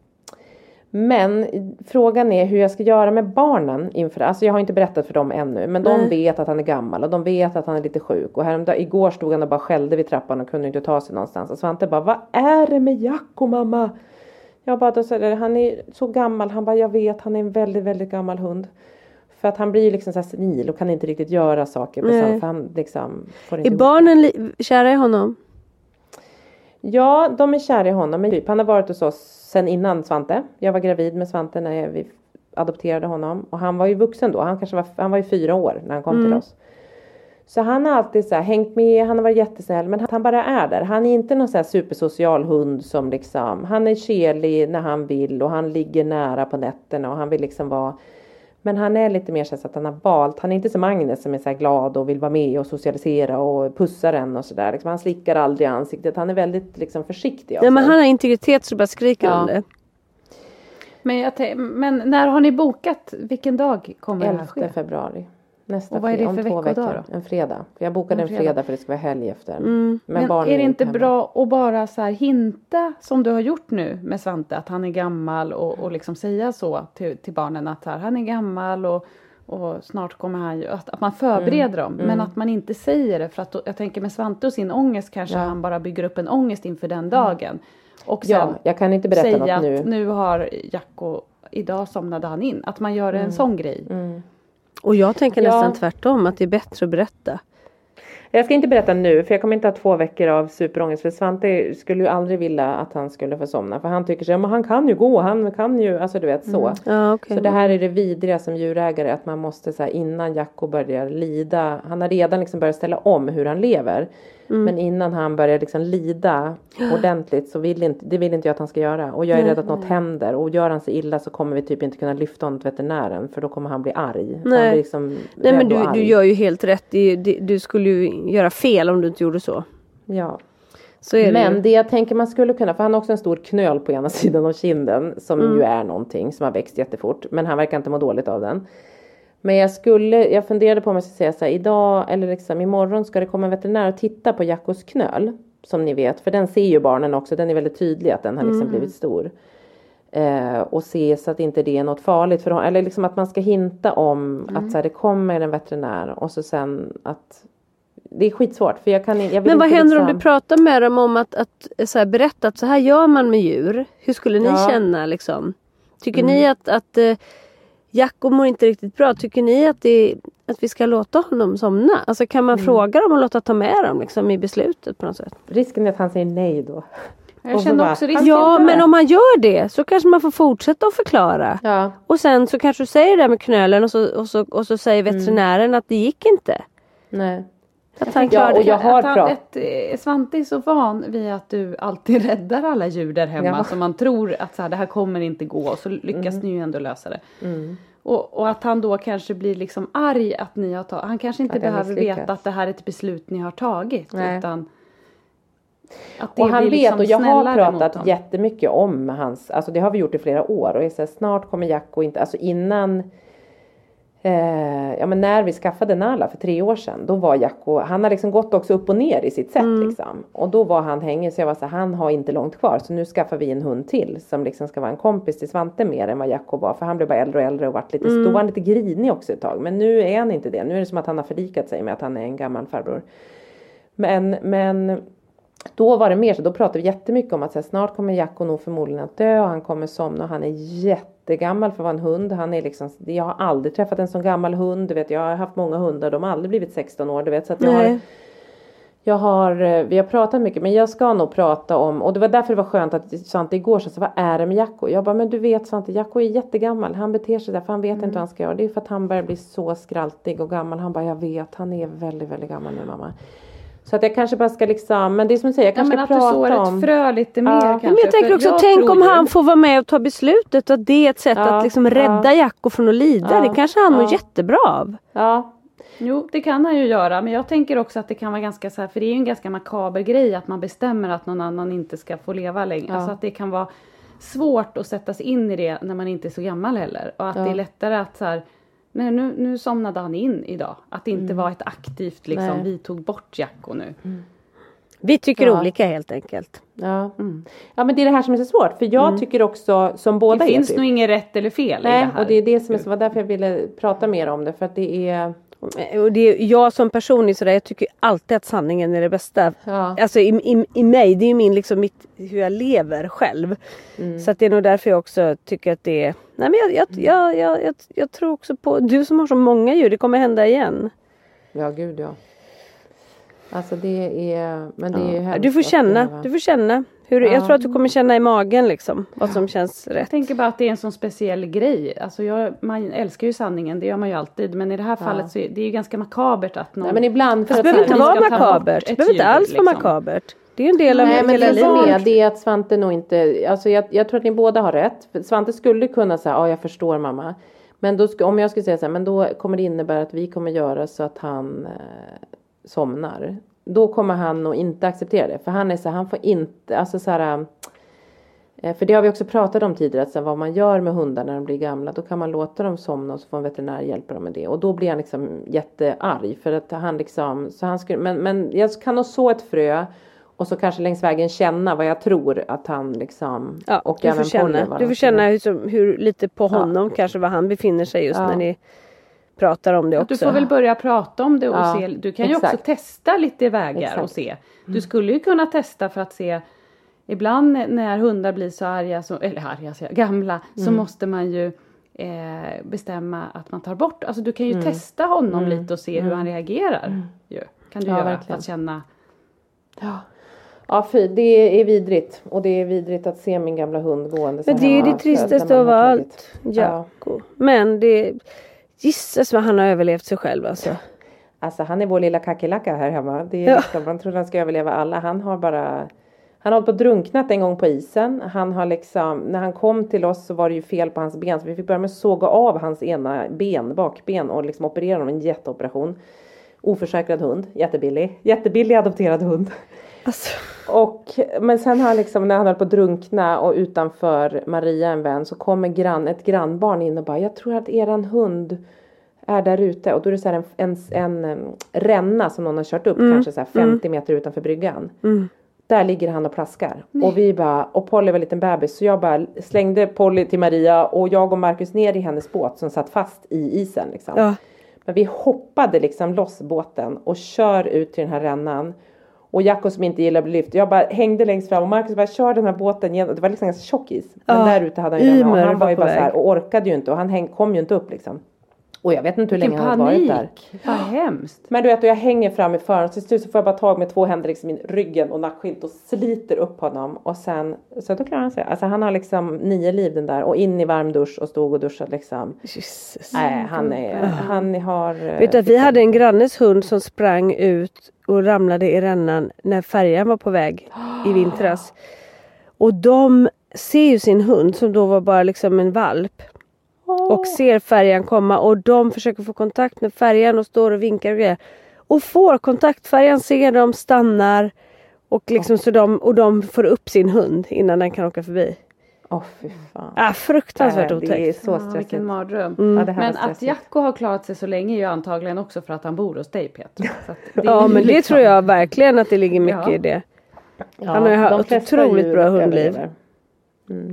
Speaker 4: Men frågan är hur jag ska göra med barnen inför, alltså jag har inte berättat för dem ännu, men de Nej. vet att han är gammal och de vet att han är lite sjuk. Och häromdag, igår stod han och bara skällde vid trappan och kunde inte ta sig någonstans. Och Svante bara, vad är det med Jacko, mamma? Jag bara, då säger han är så gammal, han bara, jag vet, han är en väldigt, väldigt gammal hund. För att han blir liksom så här senil och kan inte riktigt göra saker. För han liksom får inte
Speaker 5: är barnen li- kära i honom?
Speaker 4: Ja, de är kära i honom. Men typ, han har varit hos oss sen innan Svante. Jag var gravid med Svante när vi adopterade honom. Och han var ju vuxen då. Han, kanske var, han var ju fyra år när han kom mm. till oss. Så han har alltid så här, hängt med. Han har varit jättesnäll. Men han bara är där. Han är inte någon så här supersocial hund som liksom. Han är kärlig när han vill. Och han ligger nära på nätterna. Och han vill liksom vara. Men han är lite mer så att han har valt. Han är inte som Agnes som är så här glad och vill vara med och socialisera och pussa den och sådär. Liksom, han slickar aldrig i ansiktet. Han är väldigt liksom försiktig.
Speaker 5: Ja, men han har integritet så bara skriker ja. om det.
Speaker 6: Men, jag t- men när har ni bokat? Vilken dag kommer det här ske?
Speaker 4: elfte februari. Nästa
Speaker 6: och vad är det för
Speaker 4: om två veckor.
Speaker 6: Då?
Speaker 4: En fredag. Jag bokade en fredag. en fredag för det ska vara helg efter.
Speaker 5: Mm.
Speaker 6: Men, men är det inte bra att bara så här hinta som du har gjort nu med Svante att han är gammal och, och liksom säga så till, till barnen att här, han är gammal och, och snart kommer han ju, att, att man förbereder mm. dem. Men mm. att man inte säger det för att då, jag tänker med Svante och sin ångest kanske ja. han bara bygger upp en ångest inför den dagen. Och sen
Speaker 4: ja, jag kan inte berätta
Speaker 6: säga
Speaker 4: något nu.
Speaker 6: att nu har Jacko, idag somnade han in. Att man gör mm. en sån grej.
Speaker 4: Mm.
Speaker 5: Och jag tänker
Speaker 4: ja.
Speaker 5: nästan tvärtom, att det är bättre att berätta.
Speaker 4: Jag ska inte berätta nu, för jag kommer inte ha två veckor av superångest. För Svante skulle ju aldrig vilja att han skulle få somna. För han tycker så, ja, men han kan ju gå, han kan ju, alltså du vet så.
Speaker 5: Mm. Ja, okay.
Speaker 4: Så det här är det vidriga som djurägare, att man måste så här, innan Jacko börjar lida. Han har redan liksom börjat ställa om hur han lever. Mm. Men innan han börjar liksom lida ordentligt så vill inte, det vill inte jag att han ska göra. Och jag är
Speaker 5: Nej.
Speaker 4: rädd att något händer. Och gör han sig illa så kommer vi typ inte kunna lyfta honom till veterinären. För då kommer han bli arg.
Speaker 5: Nej,
Speaker 4: han blir liksom
Speaker 5: Nej men du, du gör ju helt rätt. Du, du skulle ju göra fel om du inte gjorde så.
Speaker 4: Ja.
Speaker 5: Så är
Speaker 4: men
Speaker 5: det,
Speaker 4: det jag tänker man skulle kunna, för han har också en stor knöl på ena sidan av kinden. Som mm. ju är någonting som har växt jättefort. Men han verkar inte må dåligt av den. Men jag skulle, jag funderade på om jag ska säga så här, idag eller liksom imorgon ska det komma en veterinär och titta på Jackos knöl. Som ni vet, för den ser ju barnen också, den är väldigt tydlig att den har liksom mm. blivit stor. Eh, och se så att inte det är något farligt för honom. Eller liksom att man ska hinta om mm. att så här, det kommer en veterinär och så sen att det är skitsvårt. För jag kan, jag vill
Speaker 5: Men vad
Speaker 4: inte
Speaker 5: händer
Speaker 4: liksom...
Speaker 5: om du pratar med dem om att, att så här, berätta att så här gör man med djur? Hur skulle ni
Speaker 4: ja.
Speaker 5: känna liksom? Tycker
Speaker 4: mm.
Speaker 5: ni att, att uh, Jacko mår inte riktigt bra? Tycker ni att, det, att vi ska låta honom somna? Alltså kan man mm. fråga dem och låta ta med dem liksom, i beslutet på något sätt?
Speaker 4: Risken är att han säger nej då.
Speaker 6: Jag känner
Speaker 4: bara,
Speaker 6: också risken.
Speaker 5: Ja, men om man gör det så kanske man får fortsätta att förklara.
Speaker 4: Ja.
Speaker 5: Och sen så kanske du säger det där med knölen och så, och så, och så säger veterinären mm. att det gick inte.
Speaker 4: Nej.
Speaker 5: Att han
Speaker 4: ja, och jag har
Speaker 6: att han,
Speaker 4: pratat.
Speaker 6: ett, Svante är så van vid att du alltid räddar alla djur där hemma.
Speaker 4: Ja.
Speaker 6: Så man tror att så här, det här kommer inte gå. Och så lyckas mm. ni ju ändå lösa det. Mm. Och, och att han då kanske blir liksom arg att ni har tagit. Han kanske inte behöver veta att det här är ett beslut ni har tagit. Nej. Utan att det
Speaker 4: och han
Speaker 6: liksom
Speaker 4: vet, och jag har pratat jättemycket om hans, alltså det har vi gjort i flera år. Och jag säger, snart kommer Jacko inte, alltså innan, eh, ja men när vi skaffade Nala för tre år sedan. Då var Jacko, han har liksom gått också upp och ner i sitt sätt mm. liksom. Och då var han hängig, så jag var så här, han har inte långt kvar. Så nu skaffar vi en hund till som liksom ska vara en kompis till Svante mer än vad Jacko var. För han blev bara äldre och äldre och varit lite, mm. då var han lite grinig också ett tag. Men nu är han inte det, nu är det som att han har förlikat sig med att han är en gammal farbror. Men, men då var det mer så, då pratade vi jättemycket om att så här, snart kommer Jacko nog förmodligen att dö och han kommer somna och han är jättegammal för att vara en hund. Han är liksom, jag har aldrig träffat en sån gammal hund, du vet, jag har haft många hundar, de har aldrig blivit sexton år, du vet, så att jag har, jag har, vi har pratat mycket, men jag ska nog prata om, och det var därför det var skönt att Svante igår så vad är det med Jacko? Jag bara, men du vet Svante, Jacko är jättegammal, han beter sig där för han vet mm. inte vad han ska göra, det är för att han börjar bli så skraltig och gammal, han bara, jag vet, han är väldigt, väldigt gammal nu mamma. Så att jag kanske bara ska liksom, men det är som jag säger, jag kanske
Speaker 6: ja,
Speaker 4: ska prata om.
Speaker 6: Men att du sår ett frö lite mer ja. kanske.
Speaker 5: Men jag tänker också, jag tänk om ju. han får vara med och ta beslutet. Att det är ett sätt ja. att liksom rädda ja. Jacko från att lida. Ja. Det kanske han ja. mår jättebra av.
Speaker 4: Ja.
Speaker 6: Jo, det kan han ju göra. Men jag tänker också att det kan vara ganska så här, för det är ju en ganska makaber grej att man bestämmer att någon annan inte ska få leva längre. Ja. Alltså att det kan vara svårt att sätta sig in i det när man inte är så gammal heller. Och att ja. det är lättare att så här, nej, nu, nu somnade han in idag. Att det inte mm. var ett aktivt liksom, nej. vi tog bort Jacko nu. Mm.
Speaker 5: Vi tycker ja. olika helt enkelt.
Speaker 4: Ja. Mm. Ja, men det är det här som är så svårt. För jag mm. tycker också, som båda
Speaker 6: det
Speaker 4: är
Speaker 6: finns
Speaker 4: typ.
Speaker 6: nog inget rätt eller fel
Speaker 4: nej,
Speaker 6: i det här.
Speaker 4: Och det är det som är så, var därför jag ville prata mer om det. För att det är...
Speaker 5: Och det är jag som person är sådär, jag tycker alltid att sanningen är det bästa. Ja. Alltså i, i, i mig, det är ju min liksom mitt, hur jag lever själv. Mm. Så att det är nog därför jag också tycker att det är... Nej men jag, jag, jag, jag, jag, jag tror också på, du som har så många djur, det kommer hända igen.
Speaker 4: Ja, gud ja. Alltså det är, men det är
Speaker 5: ja.
Speaker 4: hemskt.
Speaker 5: Du får känna, du får känna. Hur, ja. Jag tror att du kommer känna i magen liksom, vad ja. som känns rätt.
Speaker 6: Jag tänker bara att det är en sån speciell grej. Alltså jag, man älskar ju sanningen, det gör man ju alltid. Men i det här ja. fallet så är det ju ganska makabert att någon...
Speaker 4: Nej, men ibland...
Speaker 5: Fast det behöver inte vara makabert. Det behöver inte alls vara liksom. makabert. Det är ju en del av
Speaker 4: Nej,
Speaker 5: hela
Speaker 4: men
Speaker 5: livet.
Speaker 4: Med, det är att Svante nog inte... Alltså jag, jag tror att ni båda har rätt. För Svante skulle kunna säga, ja jag förstår mamma. Men då, om jag skulle säga så här, men då kommer det innebära att vi kommer göra så att han eh, somnar. Då kommer han nog inte acceptera det. För han är så här, han får inte, alltså så här, för det har vi också pratat om tidigare, att så här, vad man gör med hundar när de blir gamla, då kan man låta dem somna och så får en veterinär hjälpa dem med det. Och då blir han liksom jättearg för att han liksom, så han skulle, men, men jag kan nog så ett frö och så kanske längs vägen känna vad jag tror att han liksom,
Speaker 5: ja, och du får känna, du får känna hur, hur lite på honom ja. kanske var han befinner sig just ja. när ni pratar om det också.
Speaker 6: Du får väl börja prata om det och ja, se. Du kan ju exakt. också testa lite vägar exakt. och se. Du mm. skulle ju kunna testa för att se. Ibland när hundar blir så arga, så, eller arga, så, gamla. Mm. Så måste man ju eh, bestämma att man tar bort. Alltså du kan ju mm. testa honom mm. lite och se mm. hur han reagerar. Mm. Ja, kan du ja, göra verkligen. För att känna.
Speaker 4: Ja. Ja, fy, det är vidrigt. Och det är vidrigt att se min gamla hund gående.
Speaker 5: Men det är det tristaste av allt. Ja. ja. Men det gissas vad han har överlevt sig själv alltså.
Speaker 4: Alltså han är vår lilla kackerlacka här hemma. Det är ja. liksom, man tror han ska överleva alla. Han har bara... Han har på drunknat en gång på isen. Han har liksom... När han kom till oss så var det ju fel på hans ben. Så vi fick börja med att såga av hans ena ben, bakben. Och liksom operera honom. En jätteoperation. Oförsäkrad hund. Jättebillig. Jättebillig adopterad hund.
Speaker 5: Alltså.
Speaker 4: Och, men sen har han liksom, när han höll på att drunkna och utanför Maria en vän, så kommer grann, ett grannbarn in och bara, jag tror att eran hund är där ute. Och då är det så här en, en, en ränna som någon har kört upp, mm. kanske så här femtio mm. meter utanför bryggan. Mm. Där ligger han och plaskar. Mm. Och vi bara, och Polly var en liten bebis, så jag bara slängde Polly till Maria och jag och Marcus ner i hennes båt som satt fast i isen liksom. Ja. Men vi hoppade liksom loss båten och kör ut till den här rännan. Och Jacko som inte gillar att bli lyft. Jag bara hängde längst fram. Och Marcus bara kör den här båten igen. Och det var liksom ganska tjockis. Men ja, där ute hade han ju. Och han var ju bara så här. Och orkade ju inte. Och han häng, kom ju inte upp liksom. Och jag vet inte hur
Speaker 6: Vilken
Speaker 4: länge han har varit där.
Speaker 6: panik. Vad hemskt.
Speaker 4: Men du vet, jag hänger fram i föraren. Till slut så får jag bara tag med två händer liksom i ryggen och nackskint och sliter upp honom. Och sen, så då klarar han sig. Alltså han har liksom nio liv den där. Och in i varm dusch och stod och duschade liksom.
Speaker 5: Jesus.
Speaker 4: Nej, han är, han har...
Speaker 5: Vet du att vi hade en grannes hund som sprang ut och ramlade i rännan när färjan var på väg i vintras. Och de ser ju sin hund som då var bara liksom en valp. Och ser färjan komma och de försöker få kontakt med färjan och står och vinkar och grejer. Och får kontakt, färjan ser dem, stannar och liksom så de, och de får upp sin hund innan den kan åka förbi.
Speaker 4: Åh oh, fy fan.
Speaker 5: Ah, fruktansvärt
Speaker 4: äh,
Speaker 5: otäckt.
Speaker 4: Det är så
Speaker 6: Ja,
Speaker 4: stressigt.
Speaker 6: vilken mardröm.
Speaker 5: Mm.
Speaker 4: Ja, det här
Speaker 6: Men
Speaker 4: var
Speaker 6: att
Speaker 4: stressigt.
Speaker 6: Jacko har klarat sig så länge är ju antagligen också för att han bor hos dig, Peter. Så att det är
Speaker 5: Ja,
Speaker 6: ju
Speaker 5: men det
Speaker 6: liksom-
Speaker 5: tror jag verkligen att det ligger mycket
Speaker 6: Ja.
Speaker 5: i det.
Speaker 4: Ja,
Speaker 5: Han har ju haft
Speaker 4: de
Speaker 5: ett
Speaker 4: flesta
Speaker 5: otroligt
Speaker 4: djur
Speaker 5: bra hundliv.
Speaker 4: överlever. Mm.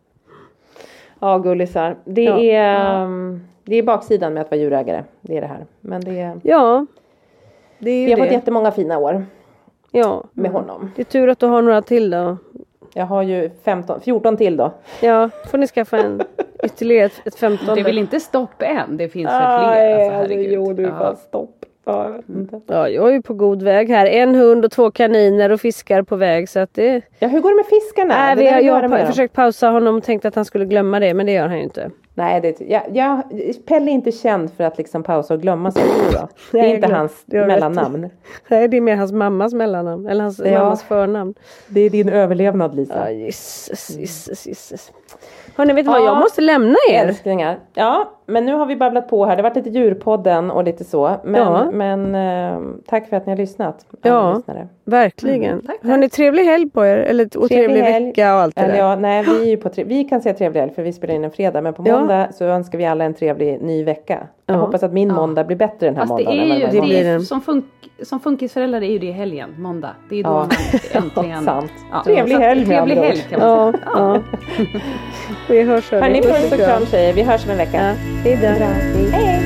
Speaker 4: Ja, gullisar. Det,
Speaker 5: Ja.
Speaker 4: är, um, det är baksidan med att vara djurägare. Det är det här. Men det är...
Speaker 5: Ja, det är ju
Speaker 4: Vi har
Speaker 5: det.
Speaker 4: fått jättemånga fina år
Speaker 5: Ja,
Speaker 4: med honom.
Speaker 5: det är tur att du har några till då.
Speaker 4: Jag har ju femton, fjorton till då.
Speaker 5: Ja, får ni skaffa en ytterligare ett, ett femton.
Speaker 6: Det är väl inte stopp än, det finns väl fler. Alltså, herregud.
Speaker 4: jo, du är
Speaker 6: Ja.
Speaker 4: bara stopp. Ja, jag vet inte.
Speaker 5: Ja, jag är ju på god väg här. En hund och två kaniner och fiskar på väg. Så att det...
Speaker 4: Ja, hur går det med fiskarna?
Speaker 5: Nej,
Speaker 4: Det
Speaker 5: vi
Speaker 4: där
Speaker 5: har,
Speaker 4: vill
Speaker 5: jag
Speaker 4: höra
Speaker 5: har
Speaker 4: mer
Speaker 5: pa-
Speaker 4: om.
Speaker 5: försökt pausa honom och tänkt att han skulle glömma det. Men det gör han ju inte.
Speaker 4: Nej, det, jag, jag, Pelle är inte känd för att liksom pausa och glömma saker då. Det är
Speaker 5: Nej,
Speaker 4: inte
Speaker 5: jag
Speaker 4: hans
Speaker 5: vet. Jag vet.
Speaker 4: mellannamn.
Speaker 5: Nej, det är mer hans mammas mellannamn. Eller hans
Speaker 4: Ja.
Speaker 5: mammas förnamn.
Speaker 4: Det är din överlevnad, Lisa.
Speaker 5: Ja, jisses, jisses, jisses. Hörrni, vet du vad?
Speaker 4: Ja.
Speaker 5: Jag måste lämna er.
Speaker 4: Älsklingar. Ja, men nu har vi babblat på här. Det har varit lite djurpodden och lite så. Men,
Speaker 5: Ja.
Speaker 4: men eh, tack för att ni har lyssnat.
Speaker 5: Ja.
Speaker 4: alla lyssnare.
Speaker 5: Verkligen.
Speaker 6: Mm, tack, tack.
Speaker 5: Hörni, trevlig helg på er. Eller, och trevlig,
Speaker 4: helg.
Speaker 5: vecka och allt det
Speaker 4: Eller
Speaker 5: där.
Speaker 4: ja, nej, vi är ju på tre- vi kan säga trevlig helg för vi spelar in en fredag. Men på
Speaker 5: Ja.
Speaker 4: måndag så önskar vi alla en trevlig ny vecka. Jag
Speaker 5: Ja.
Speaker 4: hoppas att min
Speaker 6: Ja.
Speaker 4: måndag blir bättre den här
Speaker 6: Fast det
Speaker 4: måndagen.
Speaker 6: är
Speaker 4: än
Speaker 6: ju,
Speaker 4: vad
Speaker 5: det
Speaker 4: den var.
Speaker 5: blir
Speaker 6: det är,
Speaker 5: en-
Speaker 6: som, funk, som funkisföräldrar är ju det helgen, måndag. Det är då
Speaker 4: Ja.
Speaker 6: man äntligen...
Speaker 4: Sant.
Speaker 6: Ja,
Speaker 4: Trevlig
Speaker 6: så att-
Speaker 4: helg med
Speaker 6: Trevlig
Speaker 4: andra
Speaker 6: helg
Speaker 4: ord.
Speaker 6: kan man
Speaker 5: Ja,
Speaker 6: säga.
Speaker 5: ja. Vi hörs hörni.
Speaker 4: Hörni,
Speaker 5: Puss
Speaker 4: puss och kram tjejer. Vi hörs om en vecka.
Speaker 5: Ja, hej då.
Speaker 4: Hej!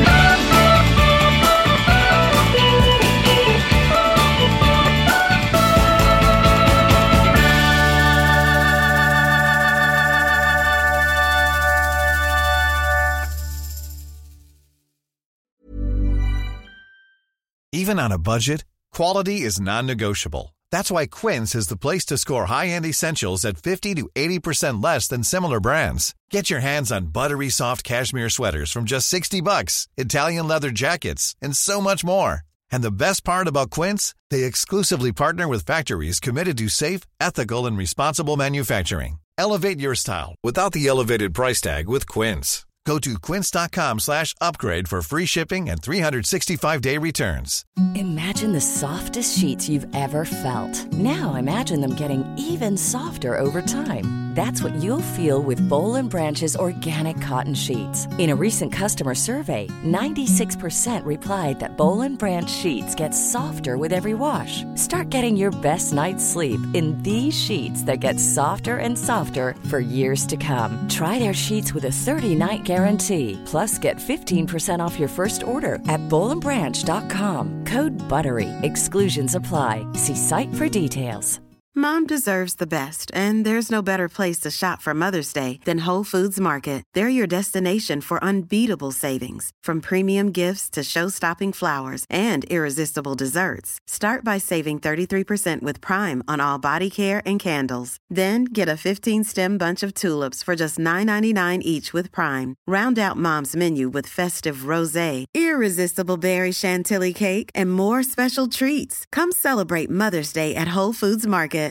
Speaker 7: Even on a budget, quality is non-negotiable. That's why Quince is the place to score high-end essentials at fifty to eighty percent less than similar brands. Get your hands on buttery soft cashmere sweaters from just sixty bucks, Italian leather jackets, and so much more. And the best part about Quince, they exclusively partner with factories committed to safe, ethical, and responsible manufacturing. Elevate your style without the elevated price tag with Quince. Go to quince.com slash upgrade for free shipping and three sixty-five day returns.
Speaker 3: Imagine the softest sheets you've ever felt. Now imagine them getting even softer over time. That's what you'll feel with Boll and Branch's organic cotton sheets. In a recent customer survey, ninety-six percent replied that Boll and Branch sheets get softer with every wash. Start getting your best night's sleep in these sheets that get softer and softer for years to come. Try their sheets with a thirty-night guarantee. Plus, get fifteen percent off your first order at boll and branch dot com. Code BUTTERY. Exclusions apply. See site for details.
Speaker 8: Mom deserves the best, and there's no better place to shop for Mother's Day than Whole Foods Market. They're your destination for unbeatable savings, from premium gifts to show-stopping flowers and irresistible desserts. Start by saving thirty-three percent with Prime on all body care and candles. Then get a fifteen-stem bunch of tulips for just nine ninety-nine each with Prime. Round out Mom's menu with festive rosé, irresistible berry chantilly cake, and more special treats. Come celebrate Mother's Day at Whole Foods Market.